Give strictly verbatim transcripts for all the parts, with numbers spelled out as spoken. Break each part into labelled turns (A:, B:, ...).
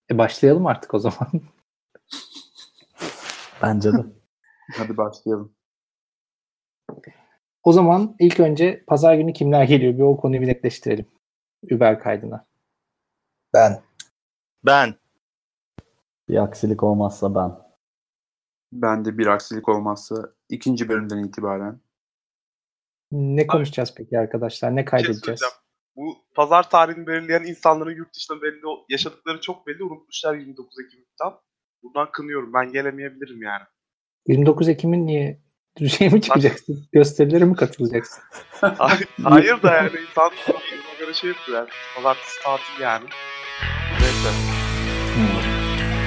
A: E başlayalım artık o zaman.
B: Bence de.
C: Hadi başlayalım.
A: O zaman ilk önce pazar günü kimler geliyor bir o konuyu bir netleştirelim. Uber kaydına.
B: Ben.
D: Ben.
B: Bir aksilik olmazsa ben.
C: Ben de bir aksilik olmazsa ikinci bölümden itibaren.
A: Ne konuşacağız peki arkadaşlar? Ne kaydedeceğiz?
E: söyleyeceğim. Bu pazar tarihini belirleyen insanların yurt dışında belli yaşadıkları çok belli. Unutmuşlar yirmi dokuz Ekim'den. Buradan kınıyorum. Ben gelemeyebilirim yani.
A: yirmi dokuz Ekim'in niye şey mi çıkacaksın? Gösterilere mi katılacaksın?
E: Hayır, hayır da yani insan buna göre şey yapıyor yani. Pazartesi tatil yani. Neyse.
A: Hmm.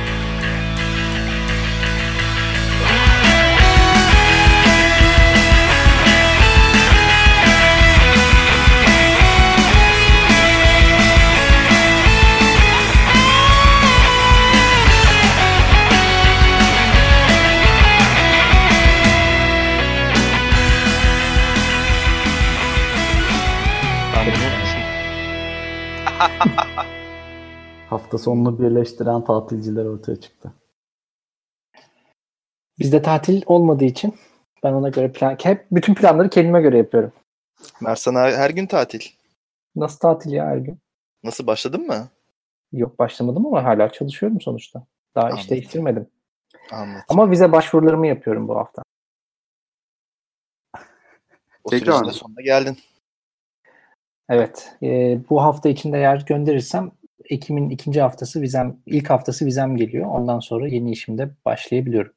B: Hafta sonunu birleştiren tatilciler ortaya çıktı.
A: Bizde tatil olmadığı için ben ona göre plan... Hep bütün planları kendime göre yapıyorum.
D: Mersan her gün tatil.
A: Nasıl tatil ya her gün?
D: Nasıl, başladın mı?
A: Yok başlamadım ama hala çalışıyorum sonuçta. Daha
D: Anladım.
A: iş değiştirmedim.
D: Anladım.
A: Ama vize başvurularımı yapıyorum bu hafta.
D: O
C: Tekrar
D: sürecin de
C: mı?
D: sonuna geldin.
A: Evet. E, bu hafta içinde eğer gönderirsem Ekim'in ikinci haftası vizem, ilk haftası vizem geliyor. Ondan sonra yeni işimde başlayabiliyorum.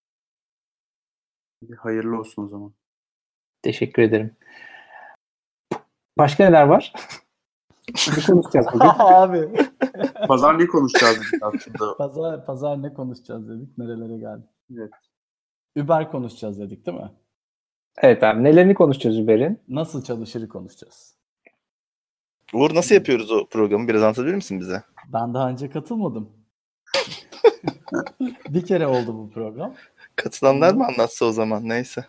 C: Hayırlı olsun o zaman.
A: Teşekkür ederim. Başka neler var? Ne konuşacağız bugün?
B: Abi.
C: Pazar ne konuşacağız aslında?
B: Pazar, pazar ne konuşacağız dedik. Nerelere geldik?
C: Evet.
B: Uber konuşacağız dedik değil mi?
A: Evet abi. Nelerini konuşacağız Uber'in?
B: Nasıl çalışırı konuşacağız.
D: Uğur, nasıl yapıyoruz o programı? Biraz anlatabilir misin bize?
B: Ben daha önce katılmadım. Bir kere oldu bu program.
D: Katılanlar mı anlatsa o zaman? Neyse.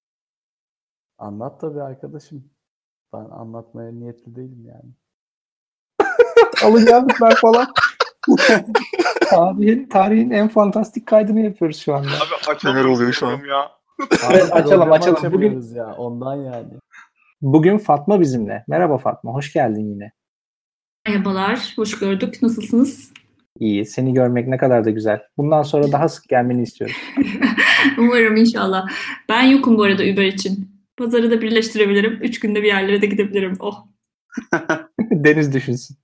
B: Anlat tabii arkadaşım. Ben anlatmaya niyetli değilim yani.
A: Alınganlıklar falan. tarihin, tarihin en fantastik kaydını yapıyoruz şu anda.
E: Abi açamıyorum.
D: oluyor şu an?
E: Ya.
A: Evet, açalım,
B: Programı
A: açalım.
B: açamıyoruz ya. Ondan yani.
A: Bugün Fatma bizimle. Merhaba Fatma. Hoş geldin yine.
F: Merhabalar. Hoş gördük. Nasılsınız?
A: İyi. Seni görmek ne kadar da güzel. Bundan sonra daha sık gelmeni istiyorum.
F: Umarım inşallah. Ben yokum bu arada Uber için. Pazarı da birleştirebilirim. Üç günde bir yerlere de gidebilirim. Oh.
A: Deniz düşünsün.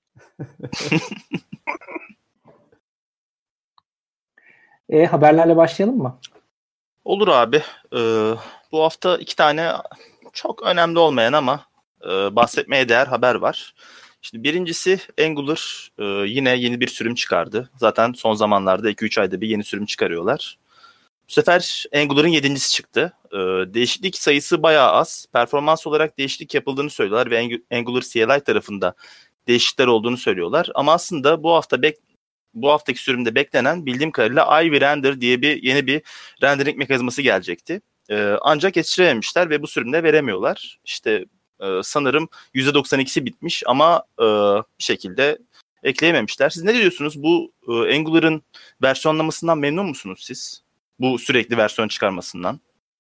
A: e, haberlerle başlayalım mı?
D: Olur abi. Ee, bu hafta iki tane çok önemli olmayan ama e, bahsetmeye değer haber var. Şimdi birincisi Angular e, yine yeni bir sürüm çıkardı. Zaten son zamanlarda iki üç ayda bir yeni sürüm çıkarıyorlar. Bu sefer Angular'ın yedincisi çıktı. E, değişiklik sayısı bayağı az. Performans olarak değişiklik yapıldığını söylüyorlar ve Angular C L I tarafında değişiklikler olduğunu söylüyorlar. Ama aslında bu hafta bek bu haftaki sürümde beklenen bildiğim kadarıyla Ivy Render diye bir yeni bir rendering mekanizması gelecekti. Ee, ancak yetiştirememişler ve bu sürümde veremiyorlar. İşte e, sanırım yüzde doksan ikisi bitmiş ama e, bir şekilde ekleyememişler. Siz ne diyorsunuz? Bu e, Angular'ın versiyonlamasından memnun musunuz siz? Bu sürekli versiyon çıkarmasından.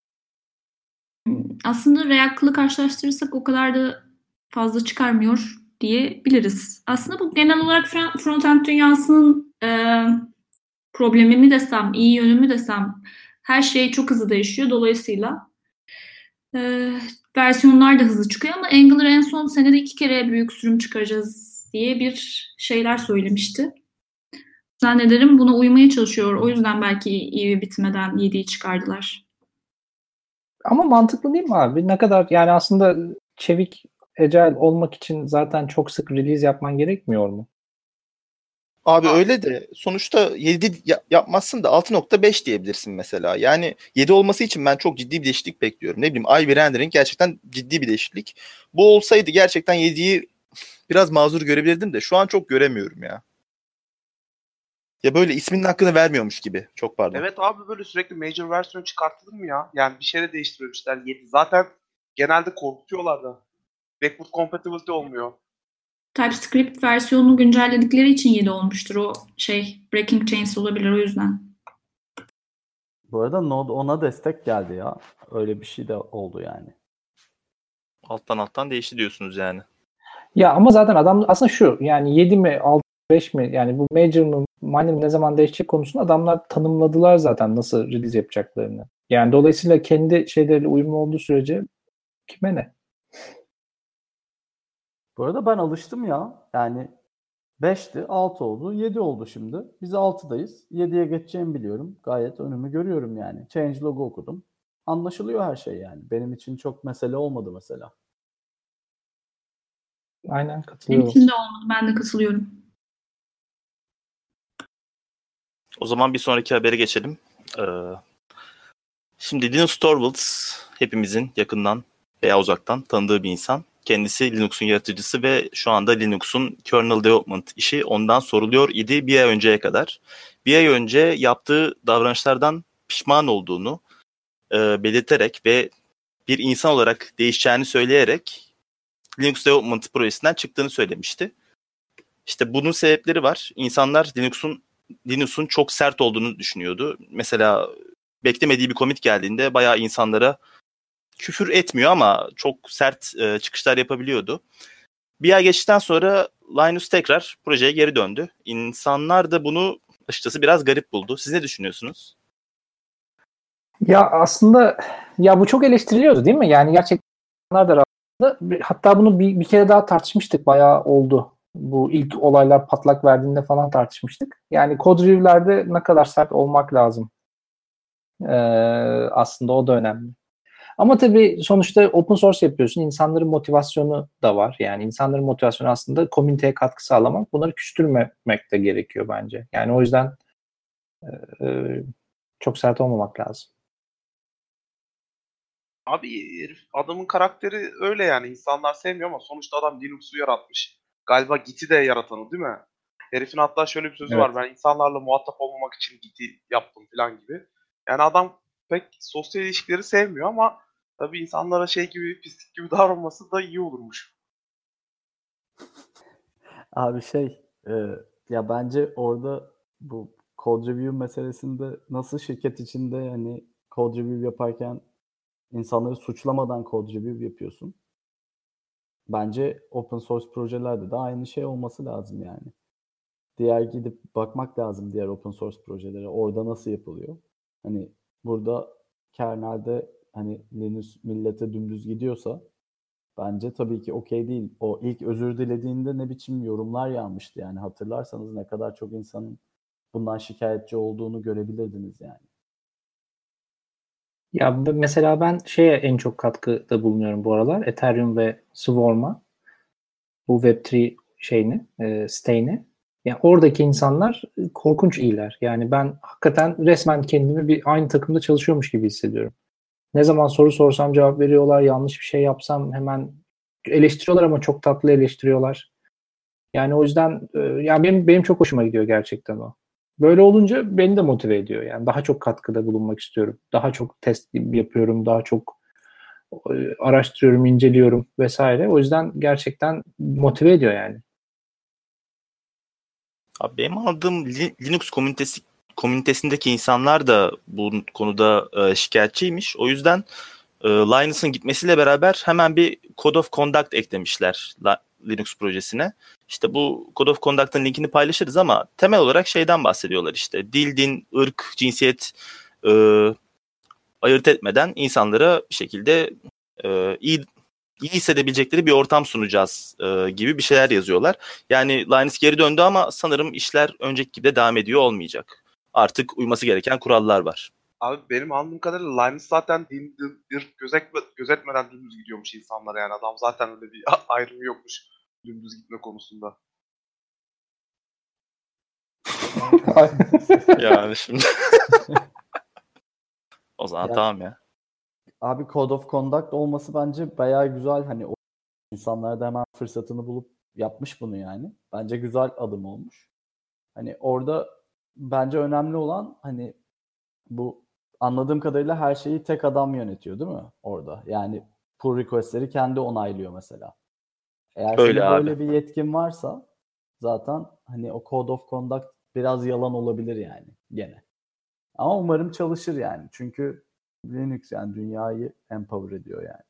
F: Aslında React'la karşılaştırırsak o kadar da fazla çıkarmıyor diyebiliriz. Aslında bu genel olarak frontend dünyasının e, problemi mi desem, iyi yönü mü desem, her şey çok hızlı değişiyor. Dolayısıyla e, versiyonlar da hızlı çıkıyor ama Angular en son senede iki kere büyük sürüm çıkaracağız diye bir şeyler söylemişti. Zannederim buna uymaya çalışıyor. O yüzden belki iyi bitmeden yediği çıkardılar.
A: Ama mantıklı değil mi abi? Ne kadar yani aslında çevik agile olmak için zaten çok sık release yapman gerekmiyor mu?
D: Abi öyle de sonuçta yedi yapmazsın da altı nokta beş diyebilirsin mesela. Yani yedi olması için ben çok ciddi bir değişiklik bekliyorum. Ne bileyim Ivy Rendering gerçekten ciddi bir değişiklik. Bu olsaydı gerçekten yediyi biraz mazur görebilirdim de şu an çok göremiyorum ya. Ya böyle isminin hakkını vermiyormuş gibi. Çok pardon.
E: Evet abi, böyle sürekli major versiyon çıkartılır mı ya? Yani bir şeyle değiştirmişler. yedi. Zaten genelde korkutuyorlar da. Backward compatibility olmuyor.
F: TypeScript versiyonunu güncelledikleri için yedi olmuştur. O şey Breaking Chains olabilir o yüzden.
B: Bu arada Node ona destek geldi ya. Öyle bir şey de oldu yani.
D: Alttan alttan değişti diyorsunuz yani.
A: Ya ama zaten adam aslında şu yani yedi mi altı beş mi yani bu major mı minor mı ne zaman değişecek konusunda adamlar tanımladılar zaten nasıl release yapacaklarını. Yani dolayısıyla kendi şeyleriyle uyumlu olduğu sürece kime ne?
B: Bu arada ben alıştım ya. Yani beşti, altı oldu, yedi oldu şimdi. Biz altıdayız. yediye geçeceğimi biliyorum. Gayet önümü görüyorum yani. Changelog'u okudum. Anlaşılıyor her şey yani. Benim için çok mesele olmadı mesela.
A: Aynen
F: Benim
A: katılıyorum.
F: için de olmadı. Ben de katılıyorum.
D: O zaman bir sonraki habere geçelim. Ee, şimdi Linus Torvalds hepimizin yakından veya uzaktan tanıdığı bir insan. Kendisi Linux'un yaratıcısı ve şu anda Linux'un kernel development işi ondan soruluyor idi bir ay önceye kadar. Bir ay önce yaptığı davranışlardan pişman olduğunu e, belirterek ve bir insan olarak değişeceğini söyleyerek Linux Development projesinden çıktığını söylemişti. İşte bunun sebepleri var. İnsanlar Linux'un Linux'un çok sert olduğunu düşünüyordu. Mesela beklemediği bir commit geldiğinde bayağı insanlara küfür etmiyor ama çok sert e, çıkışlar yapabiliyordu. Bir ay geçtikten sonra Linus tekrar projeye geri döndü. İnsanlar da bunu açıkçası biraz garip buldu. Siz ne düşünüyorsunuz?
A: Ya aslında ya bu çok eleştiriliyordu değil mi? Yani gerçekten insanlar da rahatladı. Hatta bunu bir, bir kere daha tartışmıştık. Bayağı oldu. Bu ilk olaylar patlak verdiğinde falan tartışmıştık. Yani code review'lerde ne kadar sert olmak lazım. Ee, aslında o da önemli. Ama tabii sonuçta open source yapıyorsun. İnsanların motivasyonu da var. Yani insanların motivasyonu aslında komüniteye katkı sağlamak. Bunları küstürmemek de gerekiyor bence. Yani o yüzden e, çok sert olmamak lazım.
E: Abi herif, adamın karakteri öyle yani. İnsanlar sevmiyor ama sonuçta adam Linux'u yaratmış. Galiba Git'i de yaratan o değil mi? Herifin hatta şöyle bir sözü
A: Evet.
E: var. Ben insanlarla muhatap olmamak için Git'i yaptım falan gibi. Yani adam pek sosyal ilişkileri sevmiyor ama tabii insanlara şey gibi pislik gibi davranması da iyi olurmuş.
B: Abi şey e, ya bence orada bu code review meselesinde nasıl şirket içinde hani code review yaparken insanları suçlamadan code review yapıyorsun. Bence open source projelerde de aynı şey olması lazım yani. Diğer gidip bakmak lazım diğer open source projelere. Orada nasıl yapılıyor? Hani burada kernelde hani Linux millete dümdüz gidiyorsa bence tabii ki okey değil. O ilk özür dilediğinde ne biçim yorumlar yağmıştı yani. Hatırlarsanız ne kadar çok insanın bundan şikayetçi olduğunu görebilirdiniz yani.
A: Ya mesela ben şeye en çok katkıda bulunuyorum bu aralar. Ethereum ve Swarm'a. Bu web üç şeyini, e, site'ini. Yani oradaki insanlar korkunç iyiler. Yani ben hakikaten resmen kendimi bir aynı takımda çalışıyormuş gibi hissediyorum. Ne zaman soru sorsam cevap veriyorlar. Yanlış bir şey yapsam hemen eleştiriyorlar ama çok tatlı eleştiriyorlar. Yani o yüzden e, yani benim benim çok hoşuma gidiyor gerçekten o. Böyle olunca beni de motive ediyor. Yani daha çok katkıda bulunmak istiyorum. Daha çok test yapıyorum, daha çok e, araştırıyorum, inceliyorum vesaire. O yüzden gerçekten motive ediyor yani.
D: Abi benim anladığım Linux komünitesi komünitesindeki insanlar da bu konuda e, şikayetçiymiş. O yüzden e, Linus'ın gitmesiyle beraber hemen bir Code of Conduct eklemişler La, Linux projesine. İşte bu Code of Conduct'ın linkini paylaşırız ama temel olarak şeyden bahsediyorlar işte. Dil, din, ırk, cinsiyet e, ayırt etmeden insanlara bir şekilde e, iyi iyi hissedebilecekleri bir ortam sunacağız e, gibi bir şeyler yazıyorlar. Yani Linus geri döndü ama sanırım işler önceki gibi de devam ediyor olmayacak. Artık uyması gereken kurallar var.
E: Abi benim anladığım kadarıyla Linus zaten din, din, ırk gözetme, gözetmeden dümdüz gidiyormuş insanlara yani. Adam zaten öyle bir ayrımı yokmuş dümdüz gitme konusunda.
D: Yani şimdi o zaman
B: Ya,
D: tamam ya.
B: Abi Code of Conduct olması bence bayağı güzel. Hani o insanlar da hemen fırsatını bulup yapmış bunu yani. Bence güzel adım olmuş. Hani orada bence önemli olan hani bu anladığım kadarıyla her şeyi tek adam yönetiyor değil mi orada? Yani pull request'leri kendi onaylıyor mesela. Eğer
D: Öyle
B: senin
D: abi.
B: böyle bir yetkin varsa zaten hani o Code of Conduct biraz yalan olabilir yani gene. Ama umarım çalışır yani. Çünkü Linux yani dünyayı empower ediyor yani.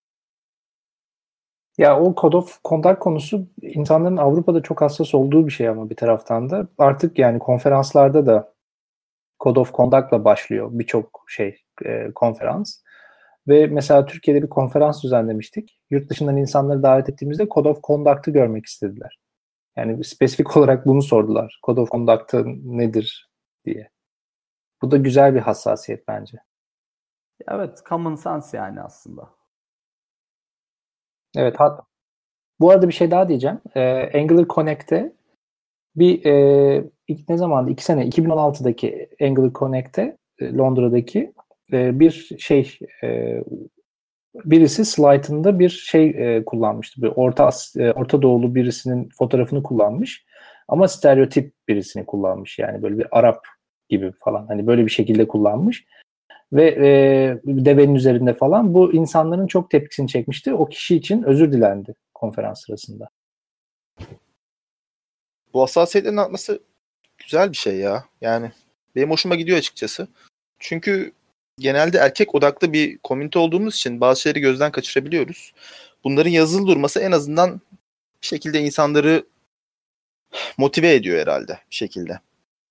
A: Ya o Code of Conduct konusu insanların Avrupa'da çok hassas olduğu bir şey ama bir taraftan da. Artık yani konferanslarda da Code of Conduct'la başlıyor birçok şey e, konferans. Ve mesela Türkiye'de bir konferans düzenlemiştik. Yurt dışından insanları davet ettiğimizde Code of Conduct'ı görmek istediler. Yani spesifik olarak bunu sordular. Code of Conduct nedir diye. Bu da güzel bir hassasiyet bence.
B: Evet, common sense yani aslında.
A: Evet, hatta bu arada bir şey daha diyeceğim. Ee, Angular Connect'te bir e, ilk ne zamandı? İki sene iki bin on altıdaki Angular Connect'te e, Londra'daki e, bir şey e, birisi slaytında bir şey e, kullanmıştı. Bir Orta As- e, Orta Doğulu birisinin fotoğrafını kullanmış. Ama stereotip birisini kullanmış. Yani böyle bir Arap gibi falan. Hani böyle bir şekilde kullanmış. Ve e, devenin üzerinde falan. Bu insanların çok tepkisini çekmişti. O kişi için özür dilendi konferans sırasında.
D: Bu hassasiyetlerin artması güzel bir şey ya. Yani benim hoşuma gidiyor açıkçası. Çünkü genelde erkek odaklı bir komünite olduğumuz için bazı şeyleri gözden kaçırabiliyoruz. Bunların yazılı durması en azından bir şekilde insanları motive ediyor herhalde bir şekilde.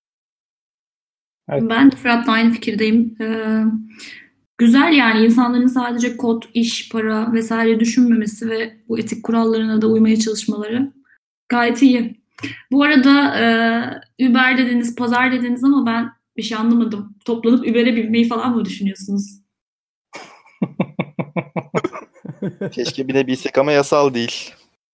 A: Evet.
F: Ben de Fırat'la aynı fikirdeyim. Ee, güzel yani insanların sadece kod, iş, para vesaire düşünmemesi ve bu etik kurallarına da uymaya çalışmaları gayet iyi. Bu arada e, Uber dediniz, pazar dediniz ama ben bir şey anlamadım. Toplanıp Uber'e binmeyi falan mı düşünüyorsunuz?
D: Keşke binebilsek ama yasal değil.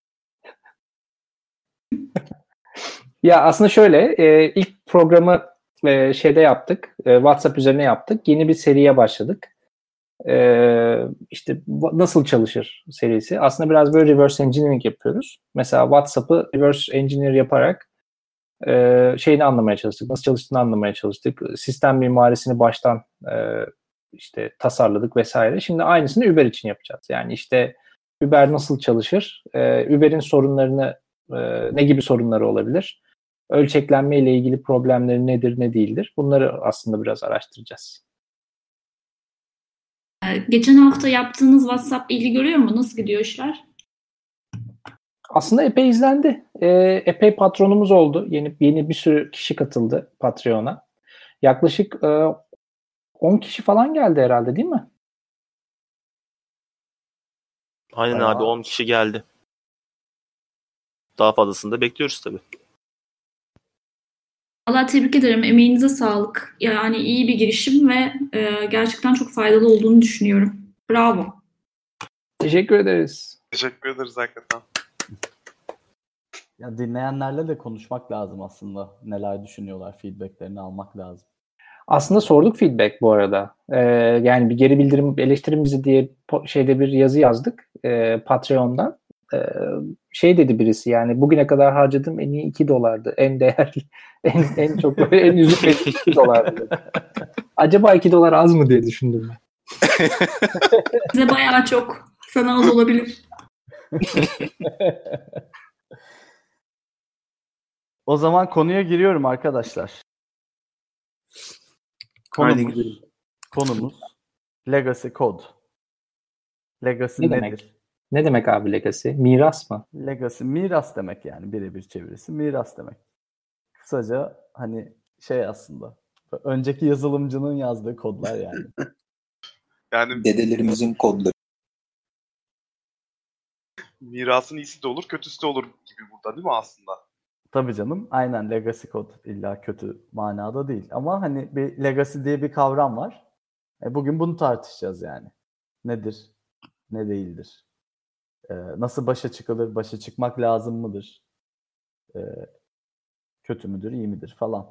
A: Ya aslında şöyle e, ilk programı e, şeyde yaptık. E, WhatsApp üzerine yaptık. Yeni bir seriye başladık. E, işte va- nasıl çalışır serisi. Aslında biraz böyle reverse engineering yapıyoruz. Mesela WhatsApp'ı reverse engineer yaparak e, şeyini anlamaya çalıştık. Nasıl çalıştığını anlamaya çalıştık. Sistem mimarisini baştan e, işte tasarladık vesaire. Şimdi aynısını Uber için yapacağız. Yani işte Uber nasıl çalışır? E, Uber'in sorunlarını e, ne gibi sorunları olabilir? Ölçeklenme ile ilgili problemleri nedir, ne değildir? Bunları aslında biraz araştıracağız.
F: Ee, geçen hafta yaptığınız WhatsApp ilgi görüyor mu? Nasıl gidiyor işler?
A: Aslında epey izlendi. E, epey patronumuz oldu. Yeni yeni bir sürü kişi katıldı Patreon'a. Yaklaşık e, on kişi falan geldi herhalde, değil mi?
D: Aynen
B: Bayağı.
D: abi on kişi geldi. Daha fazlasını da bekliyoruz tabii.
F: Allah tebrik ederim. Emeğinize sağlık. Yani iyi bir girişim ve e, gerçekten çok faydalı olduğunu düşünüyorum. Bravo.
A: Teşekkür ederiz.
E: Teşekkür ederiz hakikaten.
B: Ya dinleyenlerle de konuşmak lazım aslında. Neler düşünüyorlar, feedbacklerini almak lazım.
A: Aslında sorduk feedback bu arada. Ee, yani bir geri bildirim, eleştirin bizi diye po- şeyde bir yazı yazdık e, Patreon'dan. Ee, şey dedi birisi, yani bugüne kadar harcadığım en iyi iki dolardı. En değerli, en, en çok böyle en üzülmediğim iki dolardı. Acaba iki dolar az mı diye düşündüm ben.
F: Size bayağı çok. Sana az olabilir.
B: O zaman konuya giriyorum arkadaşlar.
C: Haydi
B: Konumuz,
C: gidelim.
B: konumuz Legacy Code. Legacy
A: Ne
B: nedir?
A: demek? Ne demek abi legacy? Miras mı?
B: Legacy miras demek yani birebir çevirisi miras demek. Kısaca hani şey aslında önceki yazılımcının yazdığı kodlar yani.
E: Yani
G: Dedelerimizin kodları.
E: mirasın iyisi de olur, kötüsü de olur gibi burada değil mi aslında?
B: Tabii canım aynen legacy code illa kötü manada değil. Ama hani bir legacy diye bir kavram var. E bugün bunu tartışacağız yani. Nedir? Ne değildir? Ee, nasıl başa çıkılır? Başa çıkmak lazım mıdır? Ee, kötü müdür? İyi midir? Falan.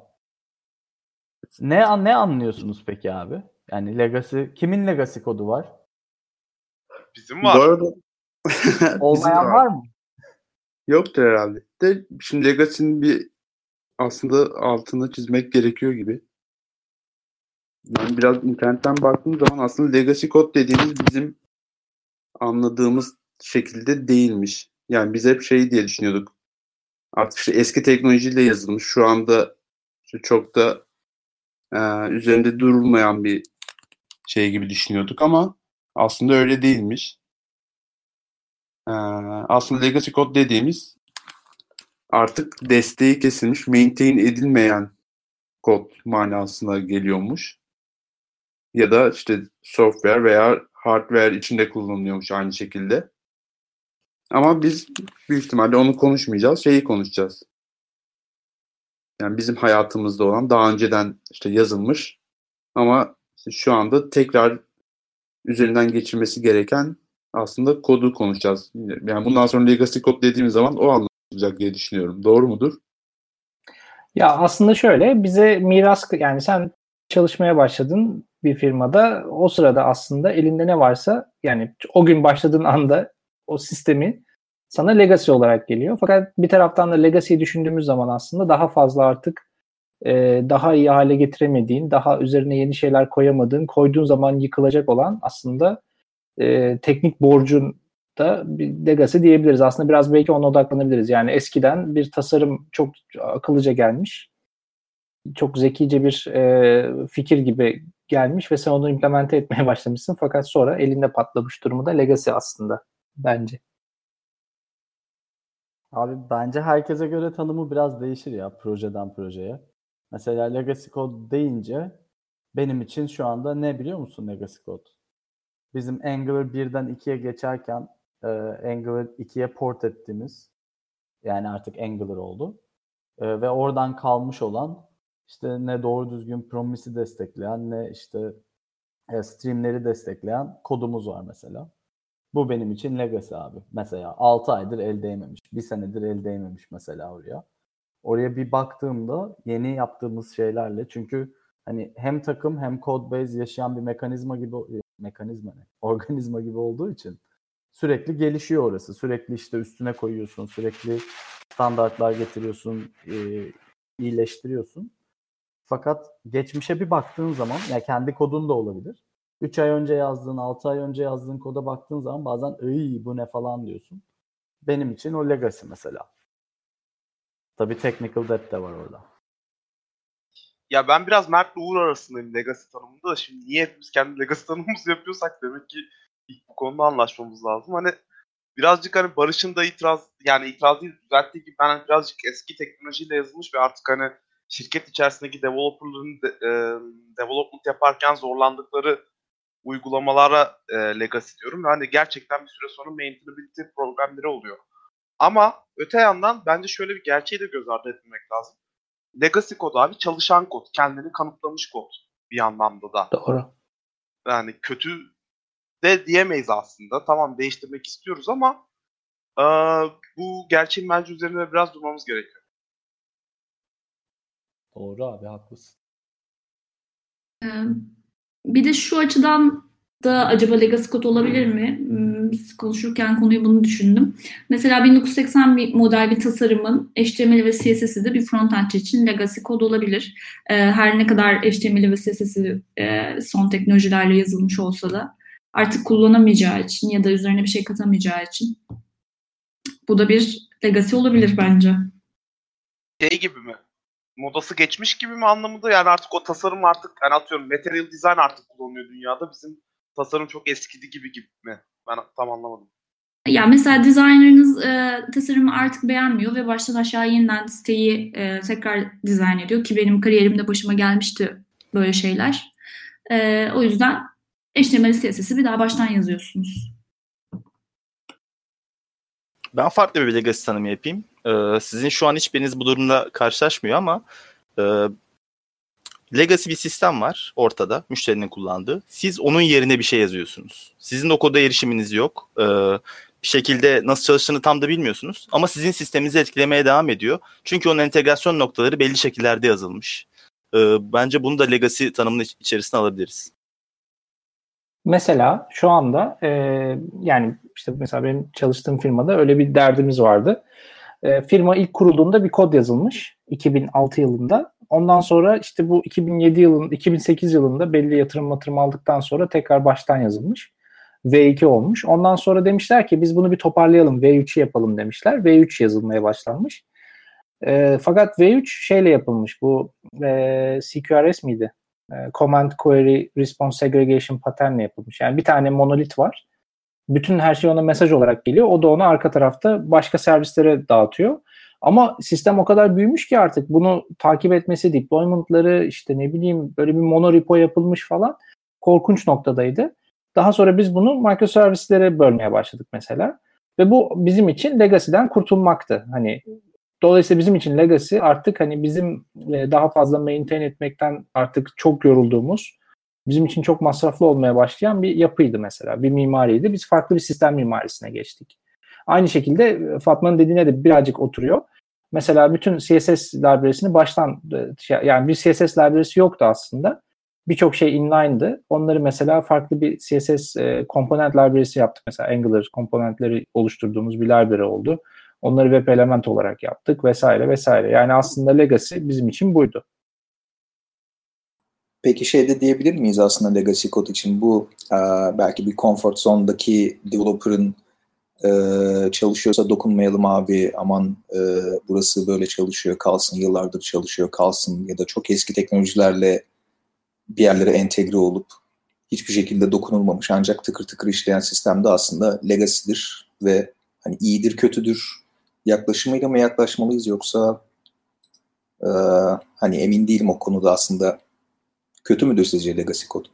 B: Ne ne anlıyorsunuz peki abi? Yani legacy, kimin legacy kodu var?
E: Bizim
C: Bu
E: var.
C: arada bizim
B: Olmayan var mı?
C: Yoktur herhalde. De şimdi Legacy'nin bir aslında altını çizmek gerekiyor gibi. Ben biraz internetten baktığım zaman aslında Legacy Code dediğimiz bizim anladığımız şekilde değilmiş. Yani biz hep şey diye düşünüyorduk. Artık işte eski teknolojiyle yazılmış. Şu anda işte çok da e, üzerinde durulmayan bir şey gibi düşünüyorduk ama aslında öyle değilmiş. E, aslında legacy code dediğimiz artık desteği kesilmiş, maintain edilmeyen kod manasına geliyormuş. Ya da işte software veya hardware içinde kullanılıyormuş aynı şekilde. Ama biz büyük ihtimalle onu konuşmayacağız, şeyi konuşacağız. Yani bizim hayatımızda olan, daha önceden işte yazılmış ama işte şu anda tekrar üzerinden geçirmesi gereken aslında kodu konuşacağız. Yani bundan sonra legacy code dediğimiz zaman o anlaşılacak diye düşünüyorum. Doğru mudur?
A: Ya aslında şöyle, bize miras, yani sen çalışmaya başladın bir firmada, o sırada aslında elinde ne varsa, yani o gün başladığın anda o sistemi sana legacy olarak geliyor. Fakat bir taraftan da legacy'yi düşündüğümüz zaman aslında daha fazla artık e, daha iyi hale getiremediğin, daha üzerine yeni şeyler koyamadığın, koyduğun zaman yıkılacak olan aslında e, teknik borcun da bir legacy diyebiliriz. Aslında biraz belki ona odaklanabiliriz. Yani eskiden bir tasarım çok akıllıca gelmiş, çok zekice bir e, fikir gibi gelmiş ve sen onu implemente etmeye başlamışsın. Fakat sonra elinde patlamış durumu da legacy aslında bence.
B: Abi bence herkese göre tanımı biraz değişir ya projeden projeye. Mesela legacy code deyince benim için şu anda ne biliyor musun legacy code? Bizim Angular birden ikiye geçerken e, Angular ikiye port ettiğimiz, yani artık Angular oldu. E, ve oradan kalmış olan, işte ne doğru düzgün promise'i destekleyen, ne işte e, streamleri destekleyen kodumuz var mesela. Bu benim için legacy abi. Mesela altı aydır el değmemiş, bir senedir el değmemiş mesela oraya. Oraya bir baktığımda yeni yaptığımız şeylerle, çünkü hani hem takım hem code base yaşayan bir mekanizma gibi, mekanizma ne? Organizma gibi olduğu için sürekli gelişiyor orası. Sürekli işte üstüne koyuyorsun, sürekli standartlar getiriyorsun, e, iyileştiriyorsun. Fakat geçmişe bir baktığın zaman, ya kendi kodun da olabilir. üç ay önce yazdığın, altı ay önce yazdığın koda baktığın zaman bazen "Iy, bu ne" falan diyorsun. Benim için o legacy mesela. Tabii technical debt de var orada.
E: Ya ben biraz Mert'le Uğur arasındayım legacy tanımında da. Şimdi niye hepimiz kendi legacy tanımımızı yapıyorsak demek ki ilk bu konuda anlaşmamız lazım. Hani birazcık hani Barış'ın da itiraz, yani itiraz değil, düzelttiği gibi ben hani birazcık eski teknolojiyle yazılmış ve artık hani şirket içerisindeki developerların de, e, development yaparken zorlandıkları uygulamalara e, legacy diyorum. Yani gerçekten bir süre sonra maintainability problemleri oluyor. Ama öte yandan bence şöyle bir gerçeği de göz ardı etmemek lazım. Legacy kod abi çalışan kod, kendini kanıtlamış kod bir anlamda da.
A: Doğru.
E: Yani kötü de diyemeyiz aslında. Tamam, değiştirmek istiyoruz ama e, bu gerçeğin bence üzerine biraz durmamız gerekiyor.
B: Doğru abi, haklısın.
F: Ee, bir de şu açıdan da acaba legacy code olabilir mi? Hmm, Biz konuşurken konuyu bunu düşündüm. Mesela bin dokuz yüz seksen bir model bir tasarımın H T M L ve C S S'i de bir frontend için legacy kod olabilir. Ee, her ne kadar H T M L ve C S S'i e, son teknolojilerle yazılmış olsa da artık kullanamayacağı için ya da üzerine bir şey katamayacağı için bu da bir legacy olabilir bence.
E: Şey gibi mi? Modası geçmiş gibi mi anlamında? Yani artık o tasarım artık, yani atıyorum material design artık kullanılıyor dünyada. Bizim tasarım çok eskidi gibi gibi mi? Ben tam anlamadım.
F: Ya mesela designer'ınız e, tasarımı artık beğenmiyor ve baştan aşağı yeniden siteyi e, tekrar dizayn ediyor ki benim kariyerimde başıma gelmişti böyle şeyler. E, o yüzden H T M L C S S'i bir daha baştan yazıyorsunuz.
D: Ben farklı bir legacy tanımı yapayım. Ee, sizin şu an hiçbiriniz bu durumda karşılaşmıyor ama e, legacy bir sistem var ortada, müşterinin kullandığı. Siz onun yerine bir şey yazıyorsunuz. Sizin o koda erişiminiz yok. Ee, bir şekilde nasıl çalıştığını tam da bilmiyorsunuz. Ama sizin sisteminizi etkilemeye devam ediyor. Çünkü onun entegrasyon noktaları belli şekillerde yazılmış. Ee, bence bunu da legacy tanımının içerisine alabiliriz.
A: Mesela şu anda e, yani işte mesela benim çalıştığım firmada öyle bir derdimiz vardı. E, firma ilk kurulduğunda bir kod yazılmış iki bin altı yılında. Ondan sonra işte bu iki bin yedi yılında, iki bin sekiz yılında belli yatırım yatırım aldıktan sonra tekrar baştan yazılmış. V iki olmuş. Ondan sonra demişler ki biz bunu bir toparlayalım, V üçü yapalım demişler. V üç yazılmaya başlanmış. E, fakat V üç şeyle yapılmış. Bu e, C Q R S miydi? E, Command Query Response Segregation Pattern'le yapılmış. Yani bir tane monolit var. Bütün her şey ona mesaj olarak geliyor. O da onu arka tarafta başka servislere dağıtıyor. Ama sistem o kadar büyümüş ki artık bunu takip etmesi, deployment'ları işte ne bileyim böyle bir monorepo yapılmış falan korkunç noktadaydı. Daha sonra biz bunu microservislere bölmeye başladık mesela. Ve bu bizim için legacy'den kurtulmaktı. Hani dolayısıyla bizim için legacy artık hani bizim daha fazla maintain etmekten artık çok yorulduğumuz, bizim için çok masraflı olmaya başlayan bir yapıydı mesela. Bir mimariydi. Biz farklı bir sistem mimarisine geçtik. Aynı şekilde Fatma'nın dediğine de birazcık oturuyor. Mesela bütün C S S library'sini baştan, yani bir C S S library'si yoktu aslında. Birçok şey inline'dı. Onları mesela farklı bir C S S komponent library'si yaptık. Mesela Angular komponentleri oluşturduğumuz bir library oldu. Onları web element olarak yaptık vesaire vesaire. Yani aslında legacy bizim için buydu.
G: Peki şey de diyebilir miyiz aslında legacy code için? Bu e, belki bir comfort zone'daki developer'ın e, çalışıyorsa dokunmayalım abi, aman e, burası böyle çalışıyor kalsın, yıllardır çalışıyor kalsın, ya da çok eski teknolojilerle bir yerlere entegre olup hiçbir şekilde dokunulmamış ancak tıkır tıkır işleyen sistemde aslında legacy'dir ve hani iyidir kötüdür yaklaşımıyla mı yaklaşmalıyız, yoksa e, hani emin değilim o konuda, aslında kötü müdür sizce legacy kod?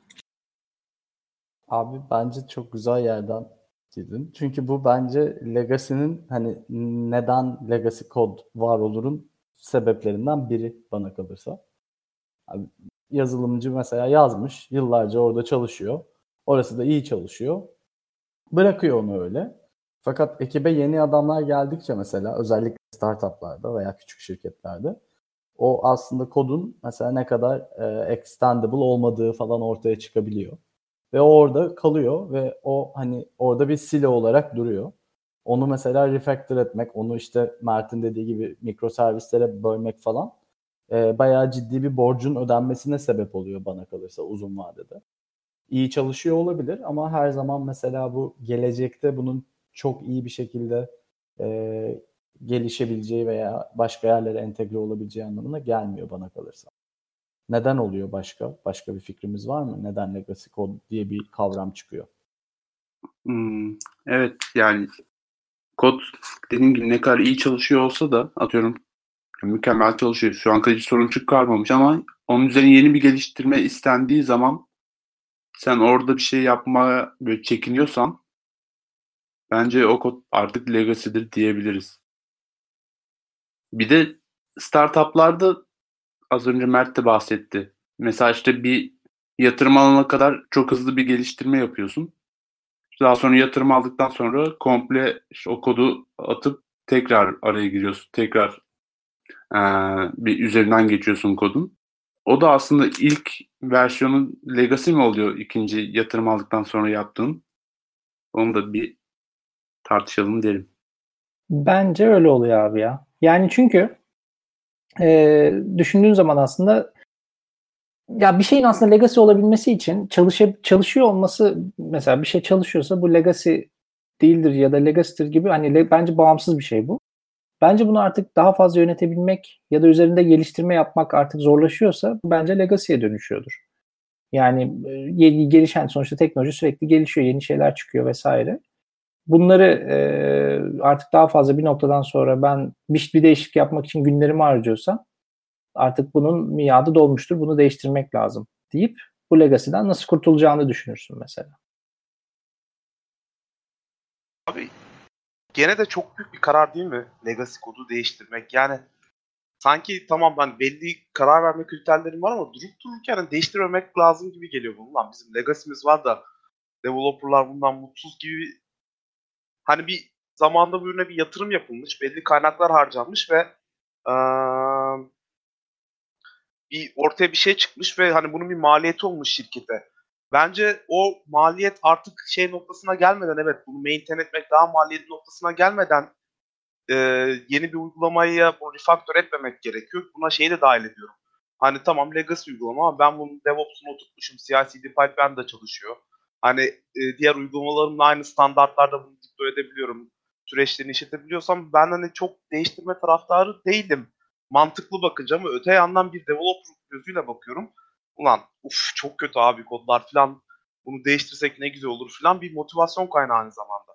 B: Abi bence çok güzel yerden girdin. Çünkü bu bence legacy'nin hani neden legacy kod var olurun sebeplerinden biri bana kalırsa. Abi, yazılımcı mesela yazmış, yıllarca orada çalışıyor. Orası da iyi çalışıyor. Bırakıyor onu öyle. Fakat ekibe yeni adamlar geldikçe mesela özellikle startuplarda veya küçük şirketlerde o aslında kodun mesela ne kadar e, extendable olmadığı falan ortaya çıkabiliyor. Ve o orada kalıyor ve o hani orada bir silo olarak duruyor. Onu mesela refactor etmek, onu işte Mert'in dediği gibi mikroservislere bölmek falan e, bayağı ciddi bir borcun ödenmesine sebep oluyor bana kalırsa uzun vadede. İyi çalışıyor olabilir ama her zaman mesela bu gelecekte bunun çok iyi bir şekilde e, gelişebileceği veya başka yerlere entegre olabileceği anlamına gelmiyor bana kalırsa. Neden oluyor başka? Başka bir fikrimiz var mı? Neden legacy code diye bir kavram çıkıyor?
C: Hmm, evet yani kod dediğim gibi ne kadar iyi çalışıyor olsa da atıyorum mükemmel çalışıyor. Şu an kalıcı sorun çıkarmamış ama onun üzerine yeni bir geliştirme istendiği zaman sen orada bir şey yapmaya böyle çekiniyorsan bence o kod artık legacy'dir diyebiliriz. Bir de startuplarda az önce Mert de bahsetti. Mesela işte bir yatırım alana kadar çok hızlı bir geliştirme yapıyorsun. Daha sonra yatırım aldıktan sonra komple işte o kodu atıp tekrar araya giriyorsun. Tekrar ee, bir üzerinden geçiyorsun kodun. O da aslında ilk versiyonun legacy mi oluyor ikinci yatırım aldıktan sonra yaptığın? Onu da bir tartışalım derim.
A: Bence öyle oluyor abi ya. Yani çünkü e, düşündüğün zaman aslında ya bir şeyin aslında legacy olabilmesi için çalışıp çalışıyor olması, mesela bir şey çalışıyorsa bu legacy değildir ya da legacy'tir gibi, hani le, bence bağımsız bir şey bu. Bence bunu artık daha fazla yönetebilmek ya da üzerinde geliştirme yapmak artık zorlaşıyorsa bence legacy'ye dönüşüyordur. Yani e, gelişen, sonuçta teknoloji sürekli gelişiyor, yeni şeyler çıkıyor vesaire. Bunları e, artık daha fazla bir noktadan sonra ben bir, bir değişiklik yapmak için günlerimi harcıyorsam artık bunun miadı dolmuştur, bunu değiştirmek lazım deyip bu legacy'den nasıl kurtulacağını düşünürsün mesela.
E: Abi gene de çok büyük bir karar değil mi legacy kodu değiştirmek? Yani sanki tamam ben belli karar verme kriterlerim var ama durup dururken hani değiştirmemek lazım gibi geliyor bunu. Lan bizim legacy'miz var da developerlar bundan mutsuz gibi. Hani bir zamanda bu ürüne bir yatırım yapılmış, belli kaynaklar harcanmış ve ee, bir ortaya bir şey çıkmış ve hani bunun bir maliyeti olmuş şirkete. Bence o maliyet artık şey noktasına gelmeden, evet bunu maintain etmek daha maliyetli noktasına gelmeden e, yeni bir uygulamaya bu refactor etmemek gerekiyor. Buna şeyi de dahil ediyorum. Hani tamam legacy uygulama ama ben bunun DevOps'unu oturtmuşum. C I C D pipeline de çalışıyor. Hani e, diğer uygulamalarımla aynı standartlarda bunu deploy edebiliyorum. Süreçlerini işletebiliyorsam ben hani çok değiştirme taraftarı değilim. Mantıklı bakınca ama öte yandan bir developer gözüyle bakıyorum. Ulan uf çok kötü abi kodlar falan. Bunu değiştirsek ne güzel olur falan bir motivasyon kaynağı aynı zamanda.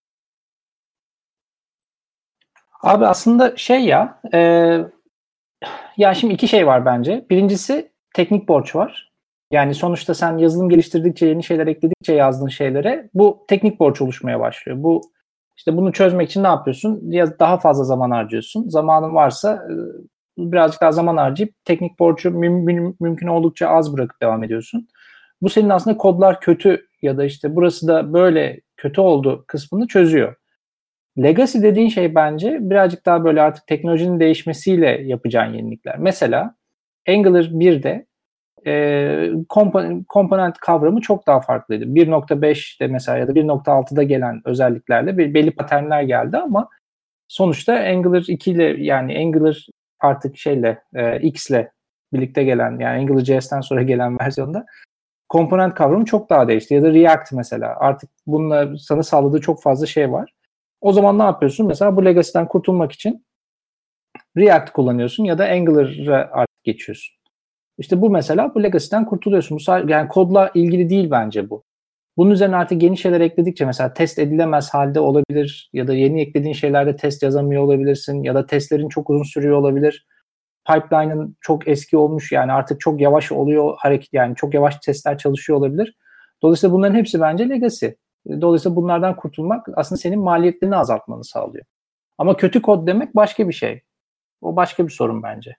A: Abi aslında şey ya e, ya şimdi iki şey var bence. Birincisi teknik borç var. Yani sonuçta sen yazılım geliştirdikçe, yeni şeyler ekledikçe yazdığın şeylere bu teknik borç oluşmaya başlıyor. Bu işte bunu çözmek için ne yapıyorsun? Ya daha fazla zaman harcıyorsun. Zamanın varsa birazcık daha zaman harcayıp teknik borcu müm- mümkün oldukça az bırakıp devam ediyorsun. Bu senin aslında kodlar kötü ya da işte burası da böyle kötü oldu kısmını çözüyor. Legacy dediğin şey bence birazcık daha böyle artık teknolojinin değişmesiyle yapacağın yenilikler. Mesela Angular birde e, komponent, komponent kavramı çok daha farklıydı. bir nokta beşte mesela ya da bir nokta altıda gelen özelliklerle bir belli paternler geldi ama sonuçta Angular iki ile yani Angular artık şeyle e, X ile birlikte gelen yani AngularJS'ten sonra gelen versiyonda komponent kavramı çok daha değişti. Ya da React mesela artık bununla sana sağladığı çok fazla şey var. O zaman ne yapıyorsun? Mesela bu legacy'den kurtulmak için React kullanıyorsun ya da Angular'a artık geçiyorsun. İşte bu mesela bu legacy'den kurtuluyorsun. Bu yani kodla ilgili değil bence bu. Bunun üzerine artık yeni şeyler ekledikçe mesela test edilemez halde olabilir ya da yeni eklediğin şeylerde test yazamıyor olabilirsin ya da testlerin çok uzun sürüyor olabilir. Pipeline'ın çok eski olmuş yani artık çok yavaş oluyor hareket yani çok yavaş testler çalışıyor olabilir. Dolayısıyla bunların hepsi bence legacy. Dolayısıyla bunlardan kurtulmak aslında senin maliyetlerini azaltmanı sağlıyor. Ama kötü kod demek başka bir şey. O başka bir sorun bence.